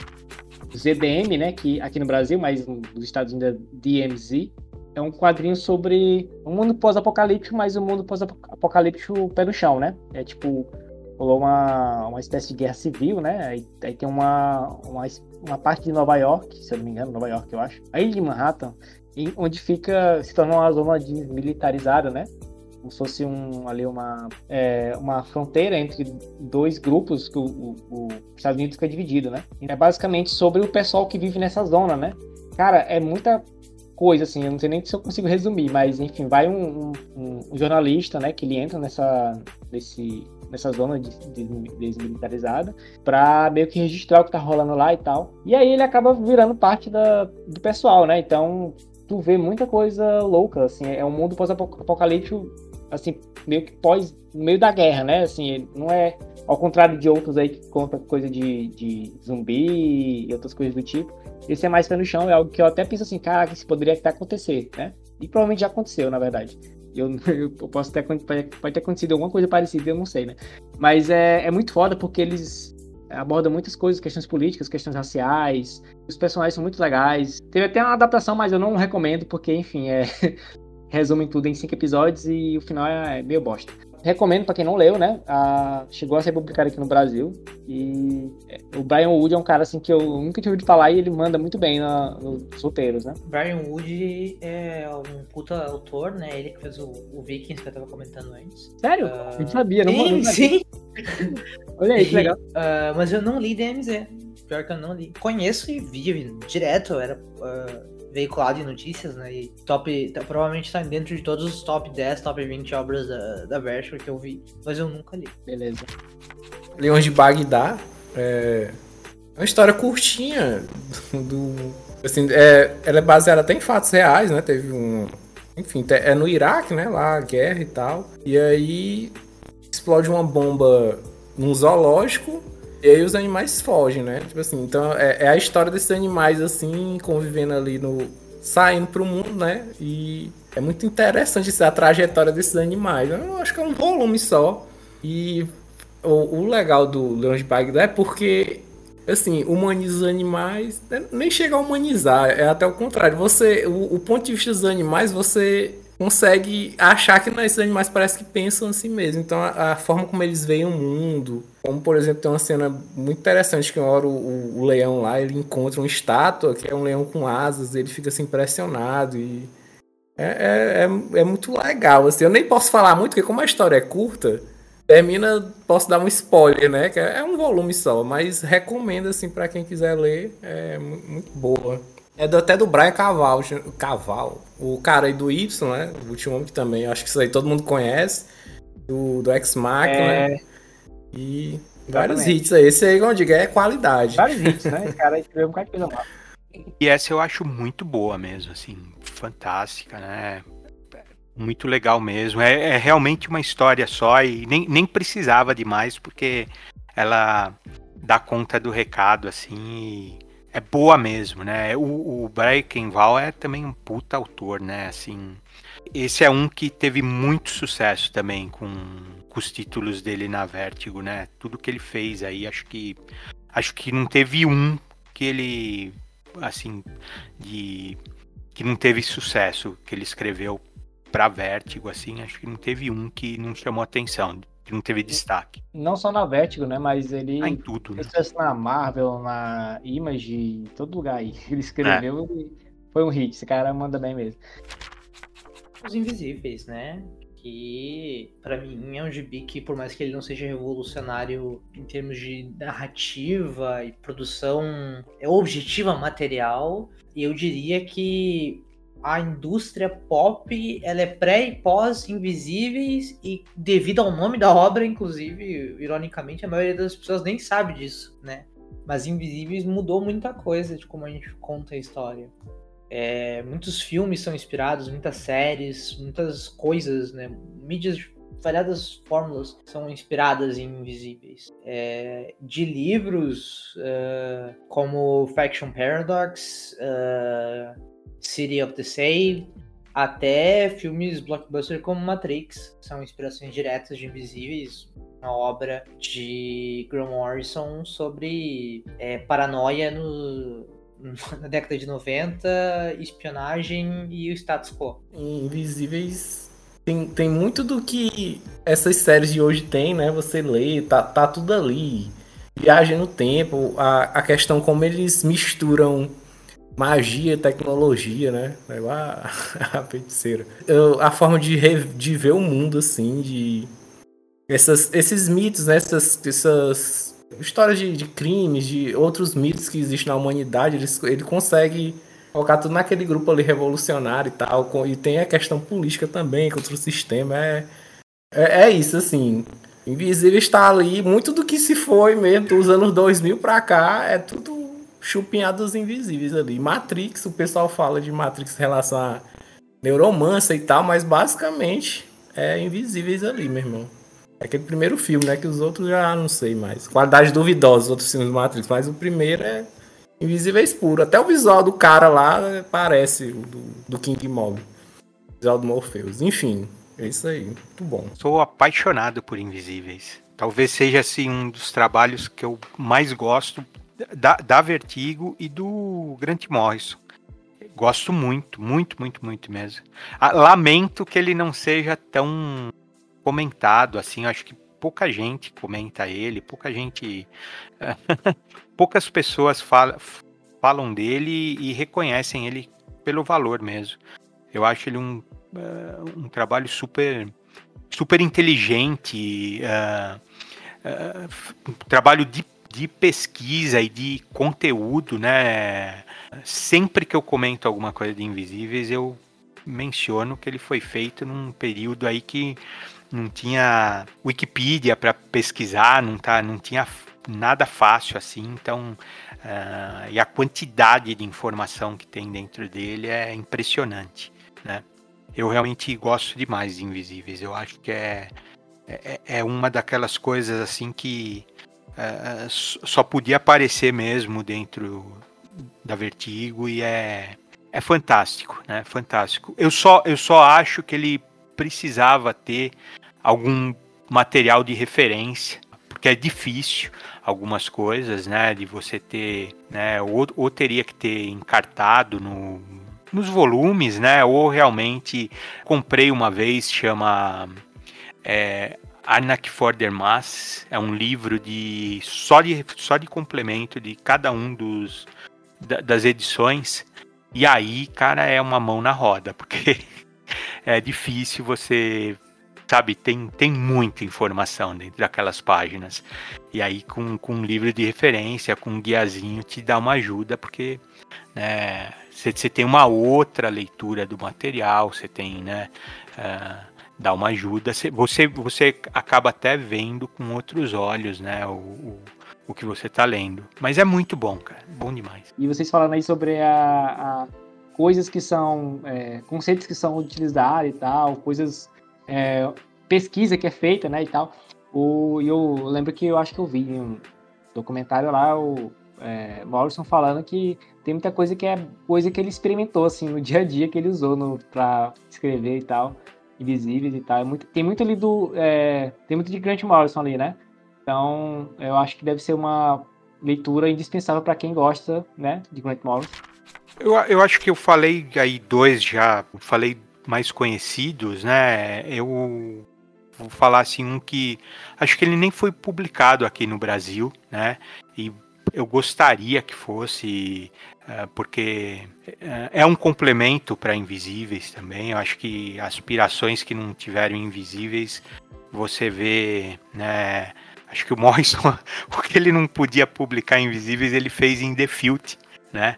O Z D M, né? Que aqui no Brasil, mas nos Estados Unidos é D M Z. É um quadrinho sobre um mundo pós-apocalíptico, mas um mundo pós-apocalíptico pé no chão, né? É tipo... rolou uma, uma espécie de guerra civil, né? Aí, aí tem uma, uma, uma parte de Nova York, se eu não me engano, Nova York, eu acho. Aí de Manhattan, onde fica, se torna uma zona desmilitarizada, né? Como se fosse um, ali uma, é, uma fronteira entre dois grupos que o, o, o Estados Unidos fica dividido, né? E é basicamente sobre o pessoal que vive nessa zona, né? Cara, é muita coisa, assim, eu não sei nem se eu consigo resumir, mas enfim, vai um, um, um jornalista, né, que ele entra nessa, nesse, nessa zona de, de, desmilitarizada para meio que registrar o que tá rolando lá e tal. E aí ele acaba virando parte da, do pessoal, né? Então tu vê muita coisa louca, assim, é um mundo pós-apocalíptico, assim, meio que pós, no meio da guerra, né? Assim, não é ao contrário de outros aí que conta coisa de, de zumbi e outras coisas do tipo. Esse é mais pé no chão, é algo que eu até penso assim, caraca, isso poderia até acontecer, né? E provavelmente já aconteceu, na verdade. Eu, eu posso ter, pode ter acontecido alguma coisa parecida, eu não sei, né? Mas é, é muito foda porque eles abordam muitas coisas, questões políticas, questões raciais. Os personagens são muito legais. Teve até uma adaptação, mas eu não recomendo porque, enfim, é... resumem tudo em cinco episódios e o final é meio bosta. Recomendo pra quem não leu, né? A... Chegou a ser publicado aqui no Brasil. E o Brian Wood é um cara assim que eu nunca tinha ouvido falar e ele manda muito bem na... nos roteiros, né? Brian Wood é um puta autor, né? Ele que fez o, o Vikings que eu tava comentando antes. Sério? Uh... Eu não sabia, não Sim, não sim. Olha aí, que legal. Uh, mas eu não li D M Z. Pior que eu não li. Conheço e vi direto, era uh, veiculado em notícias, né? E top, tá, provavelmente tá dentro de todos os top dez, top vinte obras da, da Vertigo que eu vi, mas eu nunca li. Beleza. Leões de Bagdá é uma história curtinha do... Assim, é, ela é baseada até em fatos reais, né? Teve um... Enfim, é no Iraque, né? Lá, a guerra e tal. E aí explode uma bomba num zoológico e aí os animais fogem, né? Tipo assim, então é, é a história desses animais, assim, convivendo ali no... Saindo pro mundo, né? E é muito interessante essa trajetória desses animais. Eu acho que é um volume só. E o, o legal do Leões de Bagdá é porque, assim, humaniza os animais... Nem chega a humanizar, é até o contrário. Você, o, o ponto de vista dos animais, você consegue achar que esses animais parece que pensam assim mesmo. Então a, a forma como eles veem o mundo... Como, por exemplo, tem uma cena muito interessante que uma hora o, o, o leão lá, ele encontra uma estátua que é um leão com asas, ele fica assim impressionado e é, é, é, é muito legal, assim. Eu nem posso falar muito, porque como a história é curta, termina, posso dar um spoiler, né, que é, é um volume só, mas recomendo, assim, pra quem quiser ler, é muito boa. É do, até do Brian Caval, Caval, o cara aí do Y, né, o último homem que também, acho que isso aí todo mundo conhece, do, do Ex-Machina, É... né. E vários hits aí. Esse aí, como eu digo, é qualidade. Vários hits, né? Esse cara escreveu um bocado de coisa lá. E essa eu acho muito boa mesmo, assim, fantástica, né? Muito legal mesmo. É, é realmente uma história só e nem, nem precisava de mais, porque ela dá conta do recado, assim, e é boa mesmo, né? O, o Brian Val é também um puta autor, né? Assim, esse é um que teve muito sucesso também com... com os títulos dele na Vertigo, né? Tudo que ele fez aí, acho que acho que não teve um que ele, assim, de que não teve sucesso, que ele escreveu pra Vertigo, assim, acho que não teve um que não chamou atenção, que não teve destaque. Não só na Vertigo, né? Mas ele ah, em tudo, né? sucesso na Marvel, na Image, em todo lugar aí. Ele escreveu é. E foi um hit. Esse cara manda bem mesmo. Os Invisíveis, né? Que, pra mim, é um gibi que, por mais que ele não seja revolucionário em termos de narrativa e produção é objetiva material, eu diria que a indústria pop, ela é pré e pós Invisíveis, e devido ao nome da obra, inclusive, ironicamente, a maioria das pessoas nem sabe disso, né? Mas Invisíveis mudou muita coisa de como a gente conta a história. É, muitos filmes são inspirados, muitas séries, muitas coisas, né? Mídias de variadas fórmulas são inspiradas em Invisíveis. É, de livros uh, como Faction Paradox, uh, City of the Saved, até filmes blockbuster como Matrix, são inspirações diretas de Invisíveis, uma obra de Grant Morrison sobre é, paranoia no... na década de noventa, espionagem e o status quo. Invisíveis tem, tem muito do que essas séries de hoje tem, né? Você lê, tá, tá tudo ali. Viagem no tempo, a, a questão como eles misturam magia, tecnologia, né? A, a feiticeira. Eu, a forma de, re, de ver o mundo, assim, de... Essas, esses mitos, né? Essas... essas histórias de, de crimes, de outros mitos que existem na humanidade, ele, ele consegue colocar tudo naquele grupo ali revolucionário e tal, com, e tem a questão política também contra o sistema, é, é, é isso, assim, Invisível está ali, muito do que se foi mesmo dos anos dois mil pra cá, é tudo chupinhado dos Invisíveis ali. Matrix, o pessoal fala de Matrix em relação a neuromancer e tal, mas basicamente é Invisíveis ali, meu irmão. É aquele primeiro filme, né? Que os outros já não sei mais. Qualidade duvidosa, os outros filmes do Matrix. Mas o primeiro é Invisíveis puro. Até o visual do cara lá parece o do, do King Mob. O visual do Morpheus. Enfim, é isso aí. Muito bom. Sou apaixonado por Invisíveis. Talvez seja assim um dos trabalhos que eu mais gosto da, da Vertigo e do Grant Morrison. Gosto muito, muito, muito, muito mesmo. Ah, lamento que ele não seja tão comentado, assim, eu acho que pouca gente comenta ele, pouca gente... poucas pessoas fala, falam dele e reconhecem ele pelo valor mesmo. Eu acho ele um, uh, um trabalho super, super inteligente, uh, uh, um trabalho de, de pesquisa e de conteúdo, né? Sempre que eu comento alguma coisa de Invisíveis, eu menciono que ele foi feito num período aí que não tinha Wikipedia para pesquisar, não, tá, não tinha nada fácil assim, então uh, e a quantidade de informação que tem dentro dele é impressionante, né? Eu realmente gosto demais de Invisíveis, eu acho que é, é, é uma daquelas coisas assim que uh, só podia aparecer mesmo dentro da Vertigo e é, é fantástico, né? Fantástico. Eu só, eu só acho que ele precisava ter algum material de referência, porque é difícil algumas coisas, né, de você ter, né, ou, ou teria que ter encartado no, nos volumes, né, ou realmente comprei uma vez, chama é, Anak for der Mass, é um livro de só de só de complemento de cada um dos da, das edições, e aí, cara, é uma mão na roda, porque é difícil você, sabe, tem, tem muita informação dentro daquelas páginas. E aí, com, com um livro de referência, com um guiazinho, te dá uma ajuda, porque né, você tem uma outra leitura do material, você tem, né, uh, dá uma ajuda, cê, você, você acaba até vendo com outros olhos, né, o, o, o que você está lendo. Mas é muito bom, cara, bom demais. E vocês falando aí sobre a, a coisas que são, é, conceitos que são utilizados e tal, coisas... É, pesquisa que é feita, né, e tal. O, eu lembro que eu acho que eu vi em um documentário lá o é, Morrison falando que tem muita coisa que é coisa que ele experimentou, assim, no dia a dia, que ele usou no, pra escrever e tal, Invisíveis e tal. É muito, tem muito ali do... É, tem muito de Grant Morrison ali, né? Então, eu acho que deve ser uma leitura indispensável para quem gosta, né, de Grant Morrison. Eu, eu acho que eu falei aí dois já, falei mais conhecidos, né? Eu vou falar assim um que acho que ele nem foi publicado aqui no Brasil, né? E eu gostaria que fosse, uh, porque uh, é um complemento para Invisíveis também. Eu acho que aspirações que não tiveram Invisíveis, você vê, né? Acho que o Morrison, o que ele não podia publicar Invisíveis, ele fez em The Filth, né?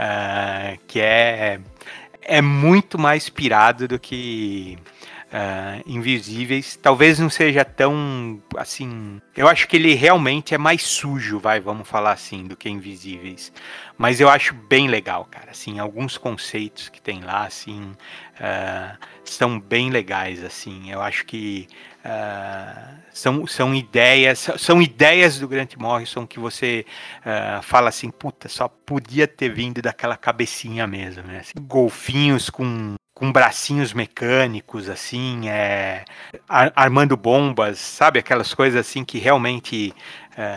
Uh, que é é muito mais pirado do que uh, Invisíveis. Talvez não seja tão, assim... Eu acho que ele realmente é mais sujo, vai, vamos falar assim, do que Invisíveis. Mas eu acho bem legal, cara. Assim, alguns conceitos que tem lá, assim, uh, são bem legais, assim. Eu acho que uh, são, são ideias, são ideias do Grant Morrison que você uh, fala assim, puta, só podia ter vindo daquela cabecinha mesmo, né? Assim, golfinhos com com bracinhos mecânicos, assim, é, ar, armando bombas, sabe? Aquelas coisas assim que realmente é,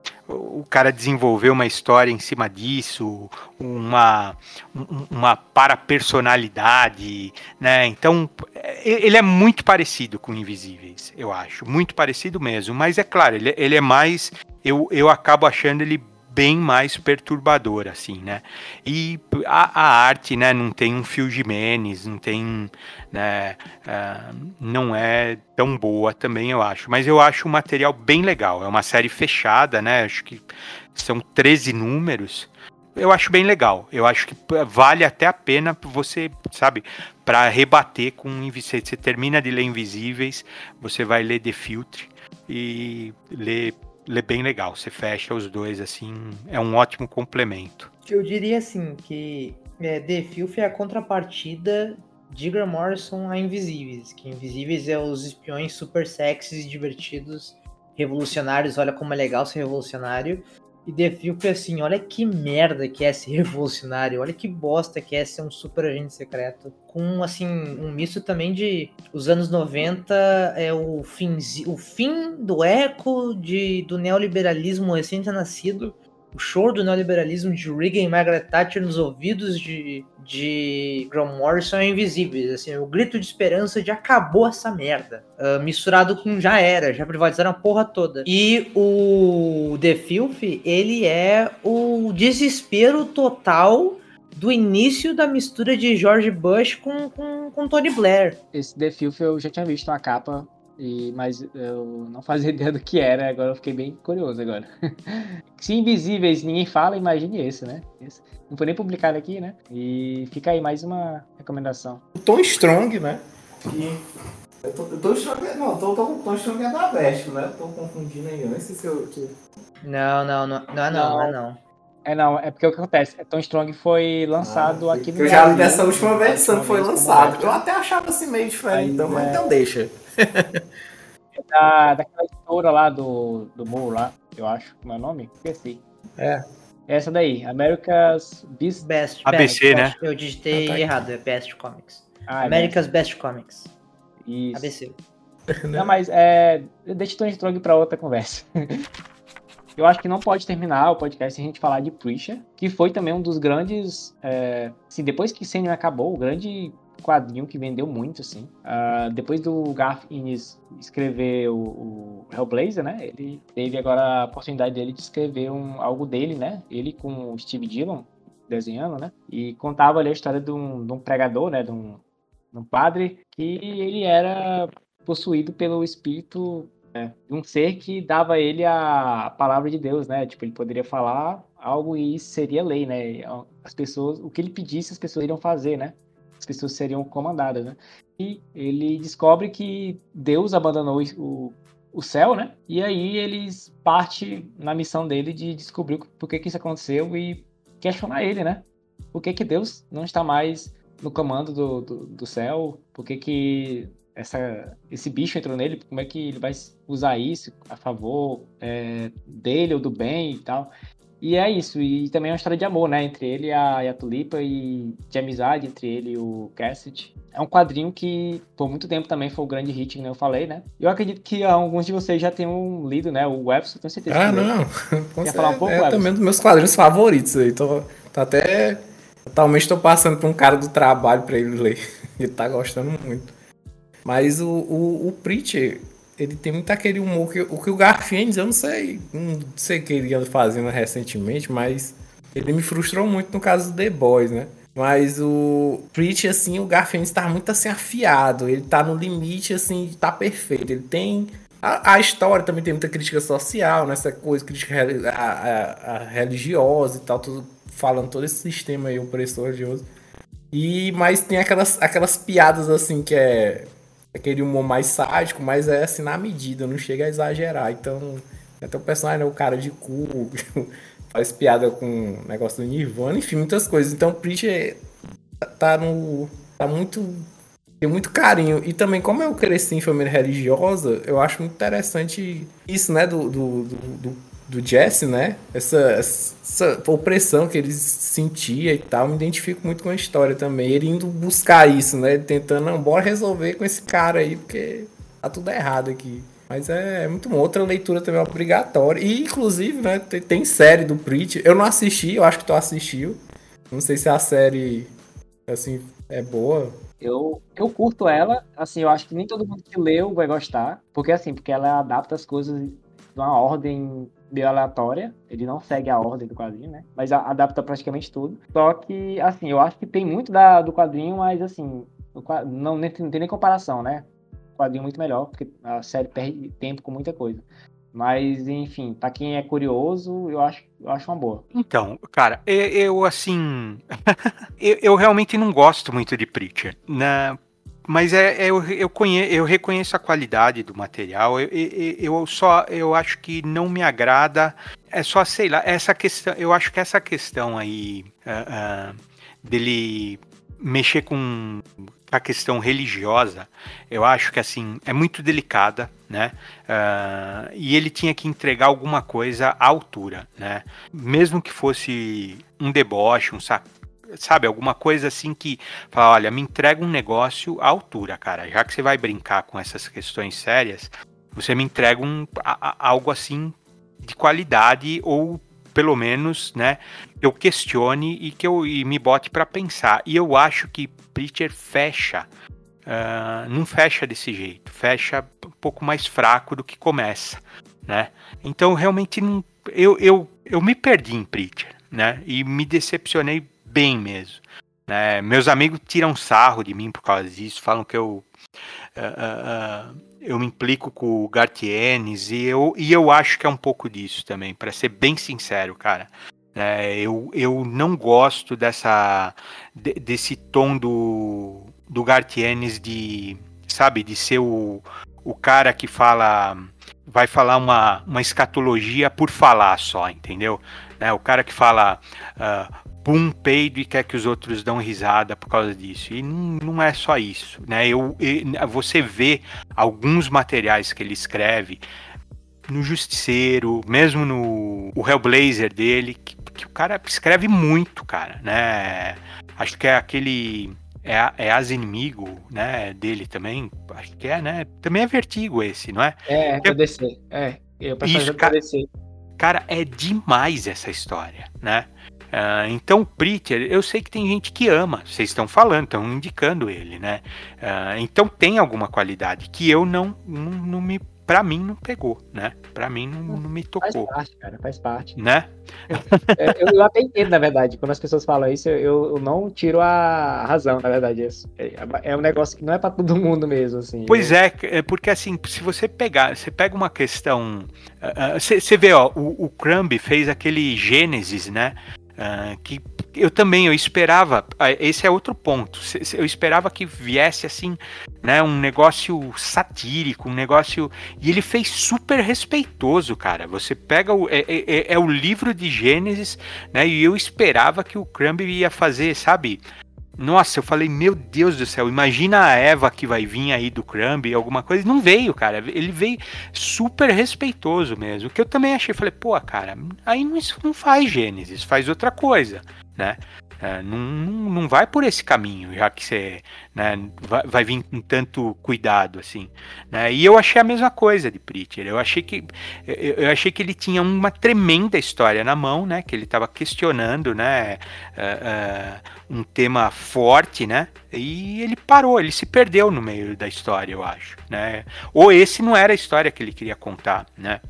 o cara desenvolveu uma história em cima disso, uma, uma parapersonalidade, né? Então, ele é muito parecido com Invisíveis, eu acho. Muito parecido mesmo, mas é claro, ele, ele é mais... Eu, eu acabo achando ele bem mais perturbador, assim, né? E a, a arte, né, não tem um Phil Jimenez, não tem, né, uh, não é tão boa também, eu acho. Mas eu acho o material bem legal. É uma série fechada, né? Acho que são treze números. Eu acho bem legal. Eu acho que vale até a pena você, sabe, para rebater com Invisíveis. Você termina de ler Invisíveis, você vai ler The Filth e ler Ele é bem legal, você fecha os dois, assim, é um ótimo complemento. Eu diria, assim, que é, The Filth é a contrapartida de Grant Morrison a Invisíveis, que Invisíveis é os espiões super sexys e divertidos, revolucionários, olha como é legal ser revolucionário, e The Filth é assim, olha que merda que é ser revolucionário, olha que bosta que é ser um super agente secreto, com, assim, um misto também de os anos noventa, é o fim, o fim do eco de, do neoliberalismo recém-nascido, o choro do neoliberalismo de Reagan e Margaret Thatcher nos ouvidos de, de Graham Morrison é invisíveis, assim, o grito de esperança de acabou essa merda, uh, misturado com já era, já privatizaram a porra toda. E o The Filth, ele é o desespero total do início da mistura de George Bush com, com, com Tony Blair. Esse The Filth eu já tinha visto na capa, e, mas eu não fazia ideia do que era, agora eu fiquei bem curioso agora. Se Invisíveis ninguém fala, imagine esse, né? Esse não foi nem publicado aqui, né? E fica aí mais uma recomendação. O Tom Strong, né? E... Eu tô, eu tô Strong, não, tô, tô, Tom Strong é da Vertigo, né? Tô confundindo aí, eu nem sei se eu... Que... Não, não, não, não, não, não, é não. É não, é porque o que acontece, Tom Strong foi lançado ah, aqui no eu Brasil. Eu já li dessa última versão que foi lançado. Eu até achava assim meio diferente, então, mas é... então deixa. É da, daquela editora lá do, do Moore lá, eu acho, como é o nome? Esqueci. É. Essa daí, America's Best... Best A B C, né? Eu digitei ah, tá errado, é Best Comics. Ah, America's é Best. Best Comics. Isso. A B C. Não, mas é... deixa Tom Strong pra outra conversa. Eu acho que não pode terminar o podcast sem a gente falar de Preacher, que foi também um dos grandes... É, assim, depois que Sandman acabou, o grande quadrinho que vendeu muito, assim. Uh, depois do Garth Ennis escrever o, o Hellblazer, né? Ele teve agora a oportunidade dele de escrever um, algo dele, né? Ele com o Steve Dillon desenhando, né? E contava ali a história de um, de um pregador, né? De um, de um padre que ele era possuído pelo espírito... É, um ser que dava a ele a palavra de Deus, né? Tipo, ele poderia falar algo e isso seria lei, né? As pessoas, o que ele pedisse, as pessoas iriam fazer, né? As pessoas seriam comandadas, né? E ele descobre que Deus abandonou o, o céu, né? E aí eles partem na missão dele de descobrir por que que isso aconteceu e questionar ele, né? Por que que Deus não está mais no comando do, do, do céu? Por que que Essa, esse bicho entrou nele, como é que ele vai usar isso a favor é, dele ou do bem e tal. E é isso, e também é uma história de amor, né, entre ele e a, e a Tulipa, e de amizade entre ele e o Cassidy. É um quadrinho que por muito tempo também foi o grande hit, como eu falei, né. Eu acredito que alguns de vocês já tenham lido, né, o Webster, tenho certeza. Ah, que não. Quer falar um pouco, é Webster? também um dos meus quadrinhos favoritos aí, tô, tô até... Totalmente estou passando por um cara do trabalho para ele ler, ele tá gostando muito. Mas o, o, o Preacher, ele tem muito aquele humor que o que o Garth Ennis, eu não sei, não sei o que ele anda fazendo recentemente, mas ele me frustrou muito no caso do The Boys, né? Mas o Preacher, assim, o Garth Ennis tá muito assim afiado, ele tá no limite, assim, tá perfeito. Ele tem... A, a história também tem muita crítica social, né? Essa coisa, crítica a, a, a religiosa e tal, tudo, falando todo esse sistema aí opressor religioso. E, mas tem aquelas, aquelas piadas, assim, que é... aquele humor mais sádico, mas é assim na medida, não chega a exagerar. Então, até o personagem, né, o cara de cu, faz piada com o negócio do Nirvana, enfim, muitas coisas. Então, o Preacher tá no. tá muito. tem muito carinho. E também, como eu cresci em família religiosa, eu acho muito interessante isso, né, do, do, do, do do Jesse, né? Essa, essa opressão que ele sentia e tal, me identifico muito com a história também. Ele indo buscar isso, né? Ele tentando, não, bora resolver com esse cara aí, porque tá tudo errado aqui. Mas é, é muito bom. Outra leitura também é obrigatória. E, inclusive, né, tem, tem série do Preacher. Eu não assisti, eu acho que tu assistiu. Não sei se a série, assim, é boa. Eu, eu curto ela, assim, eu acho que nem todo mundo que leu vai gostar. Porque, assim, porque ela adapta as coisas de uma ordem meio aleatória, ele não segue a ordem do quadrinho, né? Mas a, adapta praticamente tudo. Só que, assim, eu acho que tem muito da, do quadrinho, mas, assim, o, não, nem, não tem nem comparação, né? O quadrinho é muito melhor, porque a série perde tempo com muita coisa. Mas, enfim, pra quem é curioso, eu acho, eu acho uma boa. Então, cara, eu, eu assim... eu, eu realmente não gosto muito de Preacher, né? Mas é, eu, eu, conhe, eu reconheço a qualidade do material, eu, eu, eu só, eu acho que não me agrada, é só, sei lá, essa questão, eu acho que essa questão aí, uh, uh, dele mexer com a questão religiosa, eu acho que, assim, é muito delicada, né, uh, e ele tinha que entregar alguma coisa à altura, né, mesmo que fosse um deboche, um saco, sabe, alguma coisa assim que fala, olha, me entrega um negócio à altura, cara, já que você vai brincar com essas questões sérias, você me entrega um, a, a, algo assim de qualidade, ou pelo menos, né, eu questione e que eu e me bote para pensar. E eu acho que Preacher fecha, uh, não fecha desse jeito, fecha um pouco mais fraco do que começa, né? Então realmente não, eu, eu, eu me perdi em Preacher, né? E me decepcionei bem mesmo. Né? Meus amigos tiram sarro de mim por causa disso, falam que eu uh, uh, uh, eu me implico com o Garth Ennis e eu, e eu acho que é um pouco disso também, para ser bem sincero, cara. É, eu, eu não gosto dessa, de, desse tom do, do Garth Ennis de, sabe, de ser o, o cara que fala, vai falar uma, uma escatologia por falar só, entendeu? Né, o cara que fala uh, pum, peido e quer que os outros dão risada por causa disso. E não, não é só isso, né? Eu, eu, você vê alguns materiais que ele escreve no Justiceiro, mesmo no o Hellblazer dele, que, que o cara escreve muito, cara, né? Acho que é aquele... É, é As Inimigo, né, dele também, acho que é, né? Também é Vertigo esse, não é? É, é D C. É, eu isso, cara, D C. Cara, é demais essa história, né? Uh, então, Preacher, eu sei que tem gente que ama, vocês estão falando, estão indicando ele, né? Uh, então tem alguma qualidade que eu não, não, não me, pra mim não pegou, né? Pra mim não, não me tocou. Faz parte, cara, faz parte. Né? É, eu, eu até entendo, na verdade, quando as pessoas falam isso, eu, eu não tiro a razão, na verdade, isso. É, é um negócio que não é pra todo mundo mesmo, assim. Pois é, é porque assim, se você pegar, você pega uma questão, você uh, uh, vê, ó, o, o Crumb fez aquele Gênesis, né? Uh, que eu também, eu esperava, esse é outro ponto, eu esperava que viesse assim, né, um negócio satírico, um negócio, e ele fez super respeitoso, cara, você pega, o, é, é, é o livro de Gênesis, né, e eu esperava que o Crumb ia fazer, sabe, nossa, eu falei, meu Deus do céu, imagina a Eva que vai vir aí do Crumb, alguma coisa, não veio, cara, ele veio super respeitoso mesmo, que eu também achei, falei, pô, cara, aí não, isso não faz Gênesis, faz outra coisa, né, é, não, não, não vai por esse caminho, já que você, né, vai, vai vir com tanto cuidado, assim, né, e eu achei a mesma coisa de Preacher, eu achei que, eu, eu achei que ele tinha uma tremenda história na mão, né, que ele estava questionando, né, uh, uh, um tema forte, né, e ele parou, ele se perdeu no meio da história, eu acho, né, ou esse não era a história que ele queria contar, né,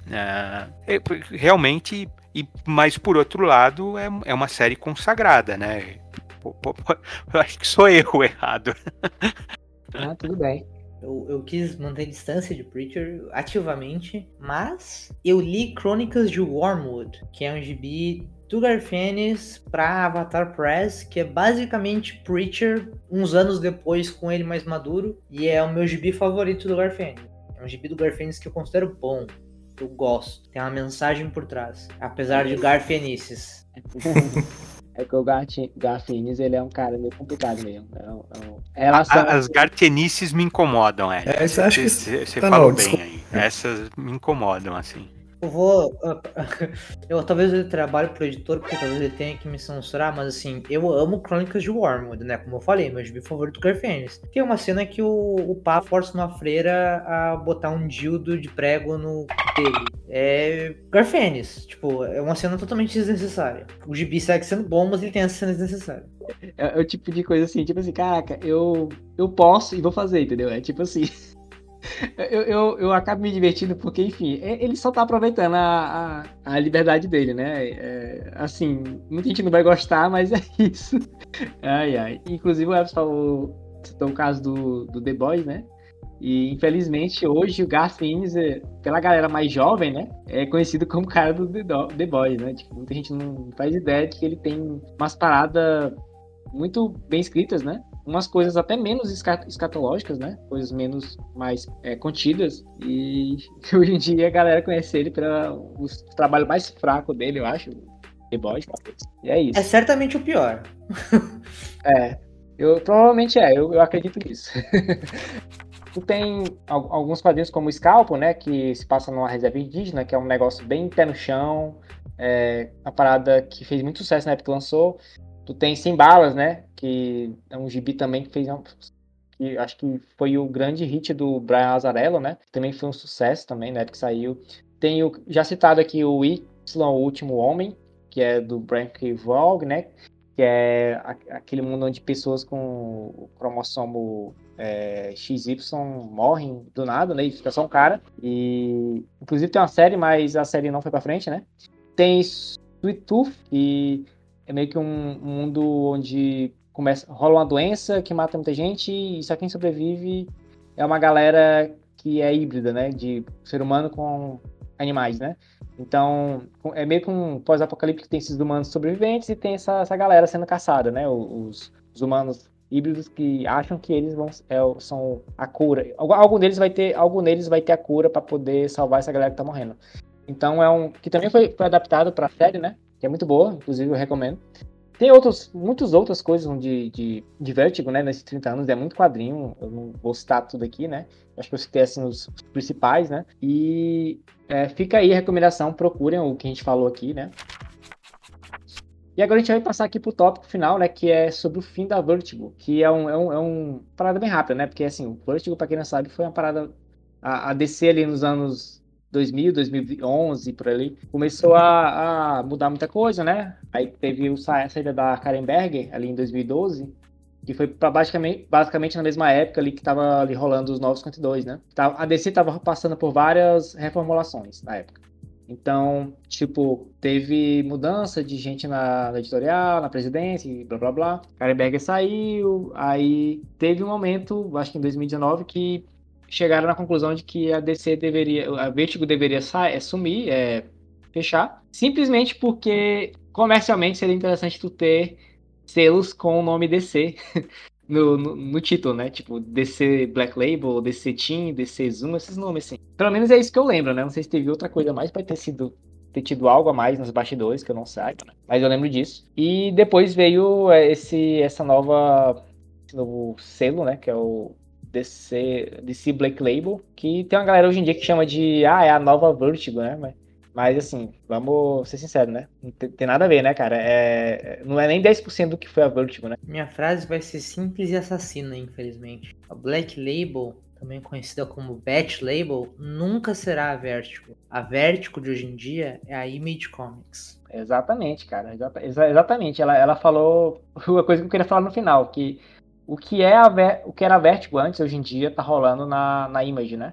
uh, realmente... E, mas, por outro lado, é, é uma série consagrada, né? Pô, pô, pô, eu acho que sou eu o errado. Ah, tudo bem. Eu, eu quis manter distância de Preacher ativamente, mas eu li Crônicas de Wormwood, que é um gibi do Garth Ennis pra Avatar Press, que é basicamente Preacher uns anos depois com ele mais maduro, e é o meu gibi favorito do Garth Ennis. É um gibi do Garth Ennis que eu considero bom. Eu gosto. Tem uma mensagem por trás. Apesar de Garth Ennis. É que o Garth Ennis, ele é um cara meio complicado mesmo. É, é relação... As Garthenices me incomodam, é. É, você acha que você tá falou bem aí. Essas me incomodam, assim. Eu vou... Eu, talvez ele trabalhe pro editor, porque talvez ele tenha que me censurar, mas assim, eu amo Crônicas de Wormwood, né? Como eu falei, meu gibi favorito do Garth Ennis. Tem uma cena que o, o Pá força uma freira a botar um dildo de prego no dele. É Garth Ennis. Tipo, é uma cena totalmente desnecessária. O gibi segue sendo bom, mas ele tem essa cena desnecessária. É, é o tipo de coisa assim, tipo assim, caraca, eu, eu posso e vou fazer, entendeu? É tipo assim... Eu, eu, eu acabo me divertindo porque, enfim, ele só tá aproveitando a, a, a liberdade dele, né? É, assim, muita gente não vai gostar, mas é isso. Ai, ai. Inclusive, o Elvis falou, citou o caso do, do The Boys, né? E, infelizmente, hoje o Garth Ennis, pela galera mais jovem, né? É conhecido como cara do The, The Boys, né? Tipo, muita gente não faz ideia de que ele tem umas paradas muito bem escritas, né? Umas coisas até menos escatológicas, né? Coisas menos mais é, contidas. E hoje em dia a galera conhece ele pelo trabalho mais fraco dele, eu acho. The Boys. E é isso. É certamente o pior. É. Eu, provavelmente é, eu, eu acredito nisso. Tu tem alguns quadrinhos como o Scalpo, né? Que se passa numa reserva indígena, que é um negócio bem pé no chão. É uma parada que fez muito sucesso na época que lançou. Tu tem Sem Balas, né? Que é um gibi também que fez... Um, que acho que foi o grande hit do Brian Azzarello, né? Que também foi um sucesso também, na época que saiu. Tem o já citado aqui o Y, o Último Homem, que é do Brian K. Vaughan, né? Que é a, aquele mundo onde pessoas com o cromossomo é, X Y morrem do nada, né? E fica só um cara. E inclusive tem uma série, mas a série não foi pra frente, né? Tem Sweet Tooth, que é meio que um mundo onde começa, rola uma doença que mata muita gente e só quem sobrevive é uma galera que é híbrida, né? De ser humano com animais, né? Então, é meio que um pós-apocalipse que tem esses humanos sobreviventes e tem essa, essa galera sendo caçada, né? Os, os humanos híbridos que acham que eles vão, é, são a cura. Algum deles vai ter, algum deles vai ter a cura para poder salvar essa galera que tá morrendo. Então, é um que também foi, foi adaptado pra série, né? Que é muito boa, inclusive eu recomendo. Tem outros, muitas outras coisas de, de, de Vertigo, né? Nesses trinta anos, é muito quadrinho, eu não vou citar tudo aqui, né? Acho que eu citei, assim, os principais, né? E é, fica aí a recomendação, procurem o que a gente falou aqui, né? E agora a gente vai passar aqui pro tópico final, né? Que é sobre o fim da Vertigo, que é um, é um, é um parada bem rápida, né? Porque, assim, o Vertigo, pra quem não sabe, foi uma parada... A, a D C ali nos anos dois mil, dois mil e onze, por ali, começou a, a mudar muita coisa, né? Aí teve a saída da Karen Berger, ali em dois mil e doze, que foi pra basicamente, basicamente na mesma época ali que tava ali rolando os Novos cinquenta e dois, né? A D C tava passando por várias reformulações na época. Então, tipo, teve mudança de gente na, na editorial, na presidência e blá blá blá. Karen Berger saiu, aí teve um momento, acho que em dois mil e dezenove, que chegaram na conclusão de que a D C deveria, a Vertigo deveria sair, é, sumir, é, fechar, simplesmente porque comercialmente seria interessante tu ter selos com o nome D C no, no, no título, né? Tipo, D C Black Label, D C Teen, D C Zoom, esses nomes assim. Pelo menos é isso que eu lembro, né? Não sei se teve outra coisa mais, pode ter sido ter tido algo a mais nos bastidores que eu não saiba, né? Mas eu lembro disso. E depois veio esse, essa nova, esse novo selo, né? Que é o D C, D C Black Label, que tem uma galera hoje em dia que chama de, ah, é a nova Vertigo, né? Mas, mas assim, vamos ser sinceros, né? Não tem, tem nada a ver, né, cara? É, não é nem dez por cento do que foi a Vertigo, né? Minha frase vai ser simples e assassina, infelizmente. A Black Label, também conhecida como Bat Label, nunca será a Vertigo. A Vertigo de hoje em dia é a Image Comics. Exatamente, cara. Exata, exatamente. Ela, ela falou uma coisa que eu queria falar no final, que o que, é a Ver, o que era a Vertigo antes, hoje em dia, tá rolando na, na Image, né?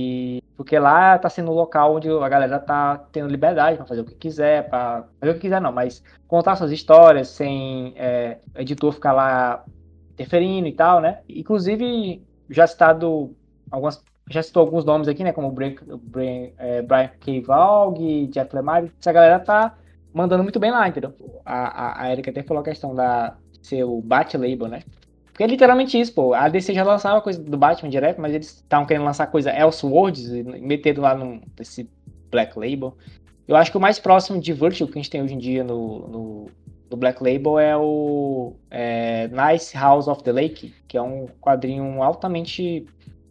E porque lá tá sendo o local onde a galera tá tendo liberdade pra fazer o que quiser, pra fazer o que quiser não, mas contar suas histórias sem é, editor ficar lá interferindo e tal, né? Inclusive, já citado algumas, já citou alguns nomes aqui, né? Como o Brian, Brian, é, Brian K. Vaughan, Jeff Lemire, essa galera tá mandando muito bem lá, entendeu? A, a, a Erika até falou a questão da ser o Bat Label, né? Porque é literalmente isso, pô. A D C já lançava coisa do Batman direto, mas eles estavam querendo lançar coisa Elseworlds e meter lá nesse Black Label. Eu acho que o mais próximo de Vertigo que a gente tem hoje em dia no, no, no Black Label é o é, Nice House of the Lake, que é um quadrinho altamente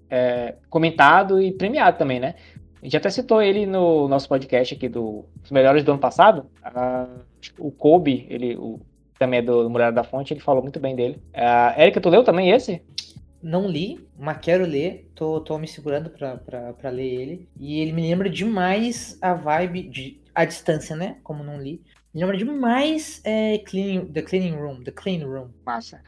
é, comentado e premiado também, né? A gente até citou ele no nosso podcast aqui do, dos melhores do ano passado. Ah, o Kobe, ele... O, também é do Muralha da Fonte, ele falou muito bem dele. Uh, Erika, tu leu também esse? Não li, mas quero ler. Tô, tô me segurando pra, pra, pra ler ele. E ele me lembra demais a vibe de... A distância, né? Como não li. Me lembra demais é, cleaning, The Cleaning Room. The Clean Room. Massa.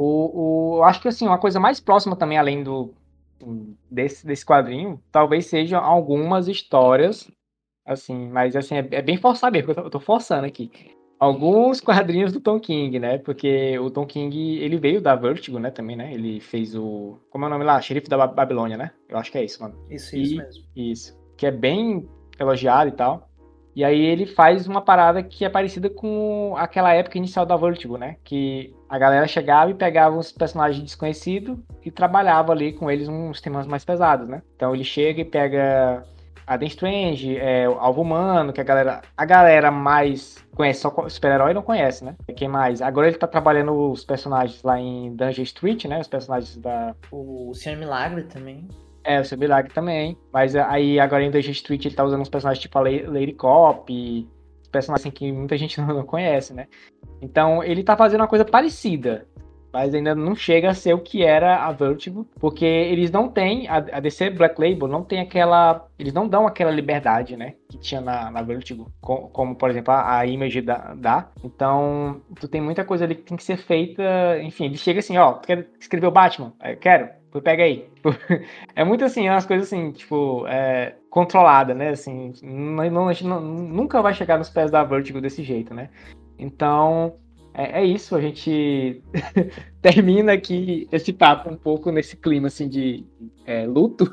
O, o, acho que assim, uma coisa mais próxima também, além do desse, desse quadrinho, talvez sejam algumas histórias, assim, mas assim, é, é bem forçado mesmo, porque eu tô, eu tô forçando aqui. Alguns quadrinhos do Tom King, né? Porque o Tom King, ele veio da Vertigo, né? Também, né? Ele fez o... Como é o nome lá? Xerife da Babilônia, né? Eu acho que é isso, mano. Isso, e, isso mesmo. Isso. Que é bem elogiado e tal. E aí ele faz uma parada que é parecida com aquela época inicial da Vertigo, né? Que a galera chegava e pegava uns personagens desconhecidos e trabalhava ali com eles uns temas mais pesados, né? Então ele chega e pega... Adam Strange, é, o Alvo Humano, que a galera, a galera mais conhece só super-herói não conhece, né? Quem mais? Agora ele tá trabalhando os personagens lá em Dungeon Street, né? Os personagens da... O Senhor Milagre também. É, o Senhor Milagre também. Mas aí agora em Dungeon Street ele tá usando uns personagens tipo a Lady Cop, e personagens assim, que muita gente não conhece, né? Então ele tá fazendo uma coisa parecida. mas ainda não chega a ser o que era a Vertigo, porque eles não têm, a, a D C Black Label não tem aquela, eles não dão aquela liberdade, né, que tinha na, na Vertigo, como, como, por exemplo, a, a Image dá, dá, então tu tem muita coisa ali que tem que ser feita, enfim, ele chega assim, ó, tu quer escrever o Batman? Eu quero, tu pega aí. É muito assim, umas coisas assim, tipo, é, controlada, né, assim, não, não, a gente não, nunca vai chegar nos pés da Vertigo desse jeito, né, então... É, é isso, a gente termina aqui esse papo um pouco nesse clima assim de é, luto,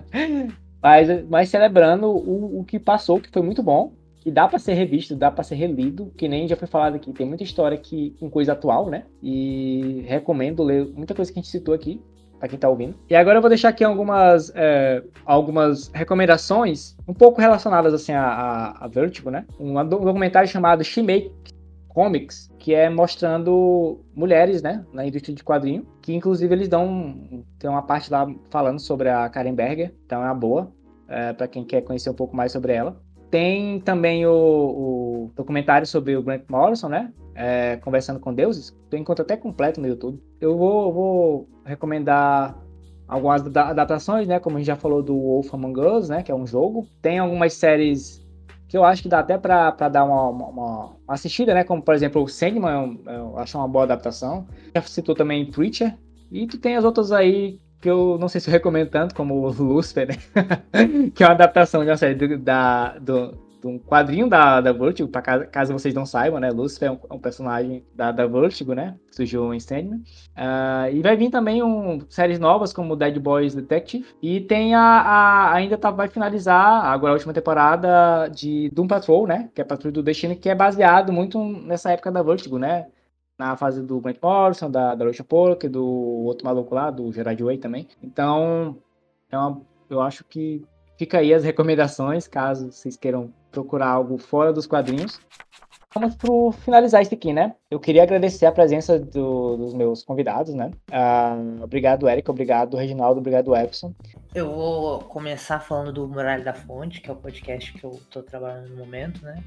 mas, mas celebrando o, o que passou, que foi muito bom, que dá para ser revisto, dá para ser relido, que nem já foi falado aqui, tem muita história aqui com coisa atual, né? E recomendo ler muita coisa que a gente citou aqui, para quem tá ouvindo. E agora eu vou deixar aqui algumas, é, algumas recomendações um pouco relacionadas assim a, a, a Vertigo, né? Um documentário chamado She Makes Comics, que é mostrando mulheres, né, na indústria de quadrinho, que inclusive eles dão, tem uma parte lá falando sobre a Karen Berger, então é uma boa, é, para quem quer conhecer um pouco mais sobre ela. Tem também o, o documentário sobre o Grant Morrison, né, é, Conversando com Deuses, tu encontra até completo no YouTube. Eu vou, vou recomendar algumas adaptações, né, como a gente já falou do Wolf Among Us, né, que é um jogo. Tem algumas séries que eu acho que dá até pra, pra dar uma, uma, uma assistida, né? Como, por exemplo, o Sandman, eu, eu acho uma boa adaptação. Já citou também Preacher. E tu tem as outras aí que eu não sei se eu recomendo tanto, como o Lucifer, né? Que é uma adaptação de uma série do, da, do, de um quadrinho da, da Vertigo, pra caso, caso vocês não saibam, né? Lucifer é um, é um personagem da, da Vertigo, né? Que surgiu em Sandman. Uh, e vai vir também um, séries novas, como Dead Boys Detective. E tem a, a ainda tá, vai finalizar agora a última temporada de Doom Patrol, né? Que é Patrulha do Destino, que é baseado muito nessa época da Vertigo, né? Na fase do Grant Morrison, da, da Rachel Polk, do outro maluco lá, do Gerard Way também. Então, é uma, eu acho que fica aí as recomendações, caso vocês queiram procurar algo fora dos quadrinhos. Vamos pro finalizar isso aqui, né? Eu queria agradecer a presença do, dos meus convidados, né? Uh, obrigado, Érica. Obrigado, Reginaldo. Obrigado, Epson. Eu vou começar falando do Muralha da Fonte, que é o podcast que eu tô trabalhando no momento, né?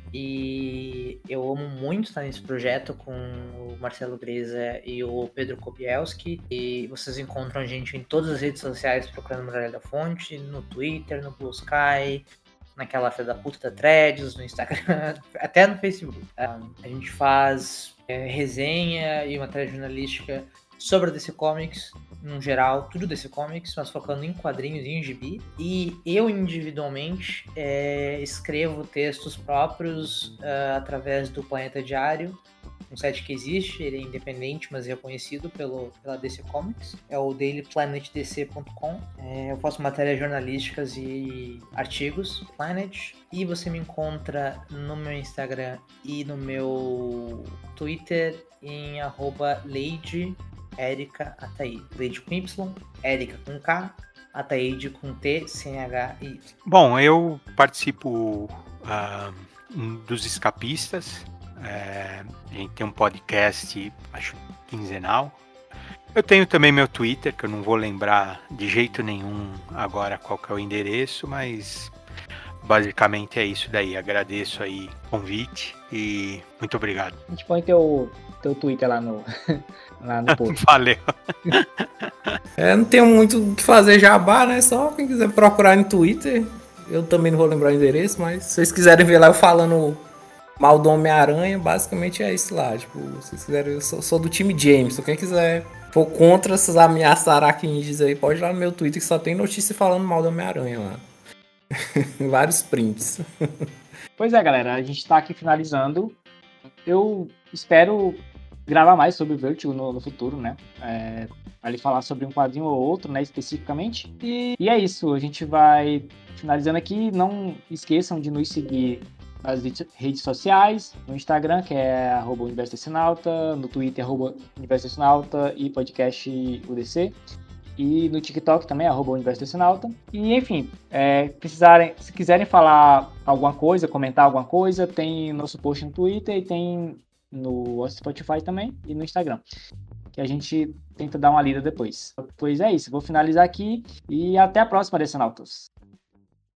E eu amo muito estar nesse projeto com o Marcelo Greza e o Pedro Kobielski. E vocês encontram a gente em todas as redes sociais procurando Muralha da Fonte, no Twitter, no Blue Sky, naquela filha da puta da Threads, no Instagram, até no Facebook. Um, a gente faz é, resenha e matéria jornalística sobre a D C Comics, no geral, tudo D C Comics, mas focando em quadrinhos e em gibi. E eu, individualmente, é, escrevo textos próprios uh, através do Planeta Diário, um site que existe, ele é independente, mas é reconhecido pelo, pela D C Comics, é o daily planet d c ponto com. É, eu faço matérias jornalísticas e artigos, Planet, e você me encontra no meu Instagram e no meu Twitter em arroba Lady Érica Ataíde. Lady com Y, Érica com K, Ataíde com T, C H I Y. Bom, eu participo uh, dos Escapistas. É, a gente tem um podcast, acho, quinzenal. Eu tenho também meu Twitter, que eu não vou lembrar de jeito nenhum agora qual que é o endereço, mas basicamente é isso daí. Agradeço aí o convite e muito obrigado. A gente põe teu, teu Twitter lá no, lá no post. Valeu. É, não tenho muito o que fazer jabá, né? Só quem quiser procurar no Twitter. Eu também não vou lembrar o endereço, mas se vocês quiserem ver lá eu falando mal do Homem-Aranha, basicamente é isso lá. Tipo, se vocês quiserem, eu sou, sou do time James. Então quem quiser for contra essas ameaças aracnídeas aí, pode ir lá no meu Twitter que só tem notícia falando mal do Homem-Aranha lá. Vários prints. Pois é, galera, a gente tá aqui finalizando. Eu espero gravar mais sobre o Vertigo no, no futuro, né? É, ali falar sobre um quadrinho ou outro, né, especificamente. E, e é isso, a gente vai finalizando aqui. Não esqueçam de nos seguir nas redes sociais, no Instagram, que é arroba Universo Decenalta, no Twitter, arroba Universo Decenalta e podcast U D C, e no TikTok também, arroba Universo Decenalta. E, enfim, é, precisarem, se quiserem falar alguma coisa, comentar alguma coisa, tem nosso post no Twitter e tem no Spotify também e no Instagram, que a gente tenta dar uma lida depois. Pois é isso, vou finalizar aqui e até a próxima, Decenautas.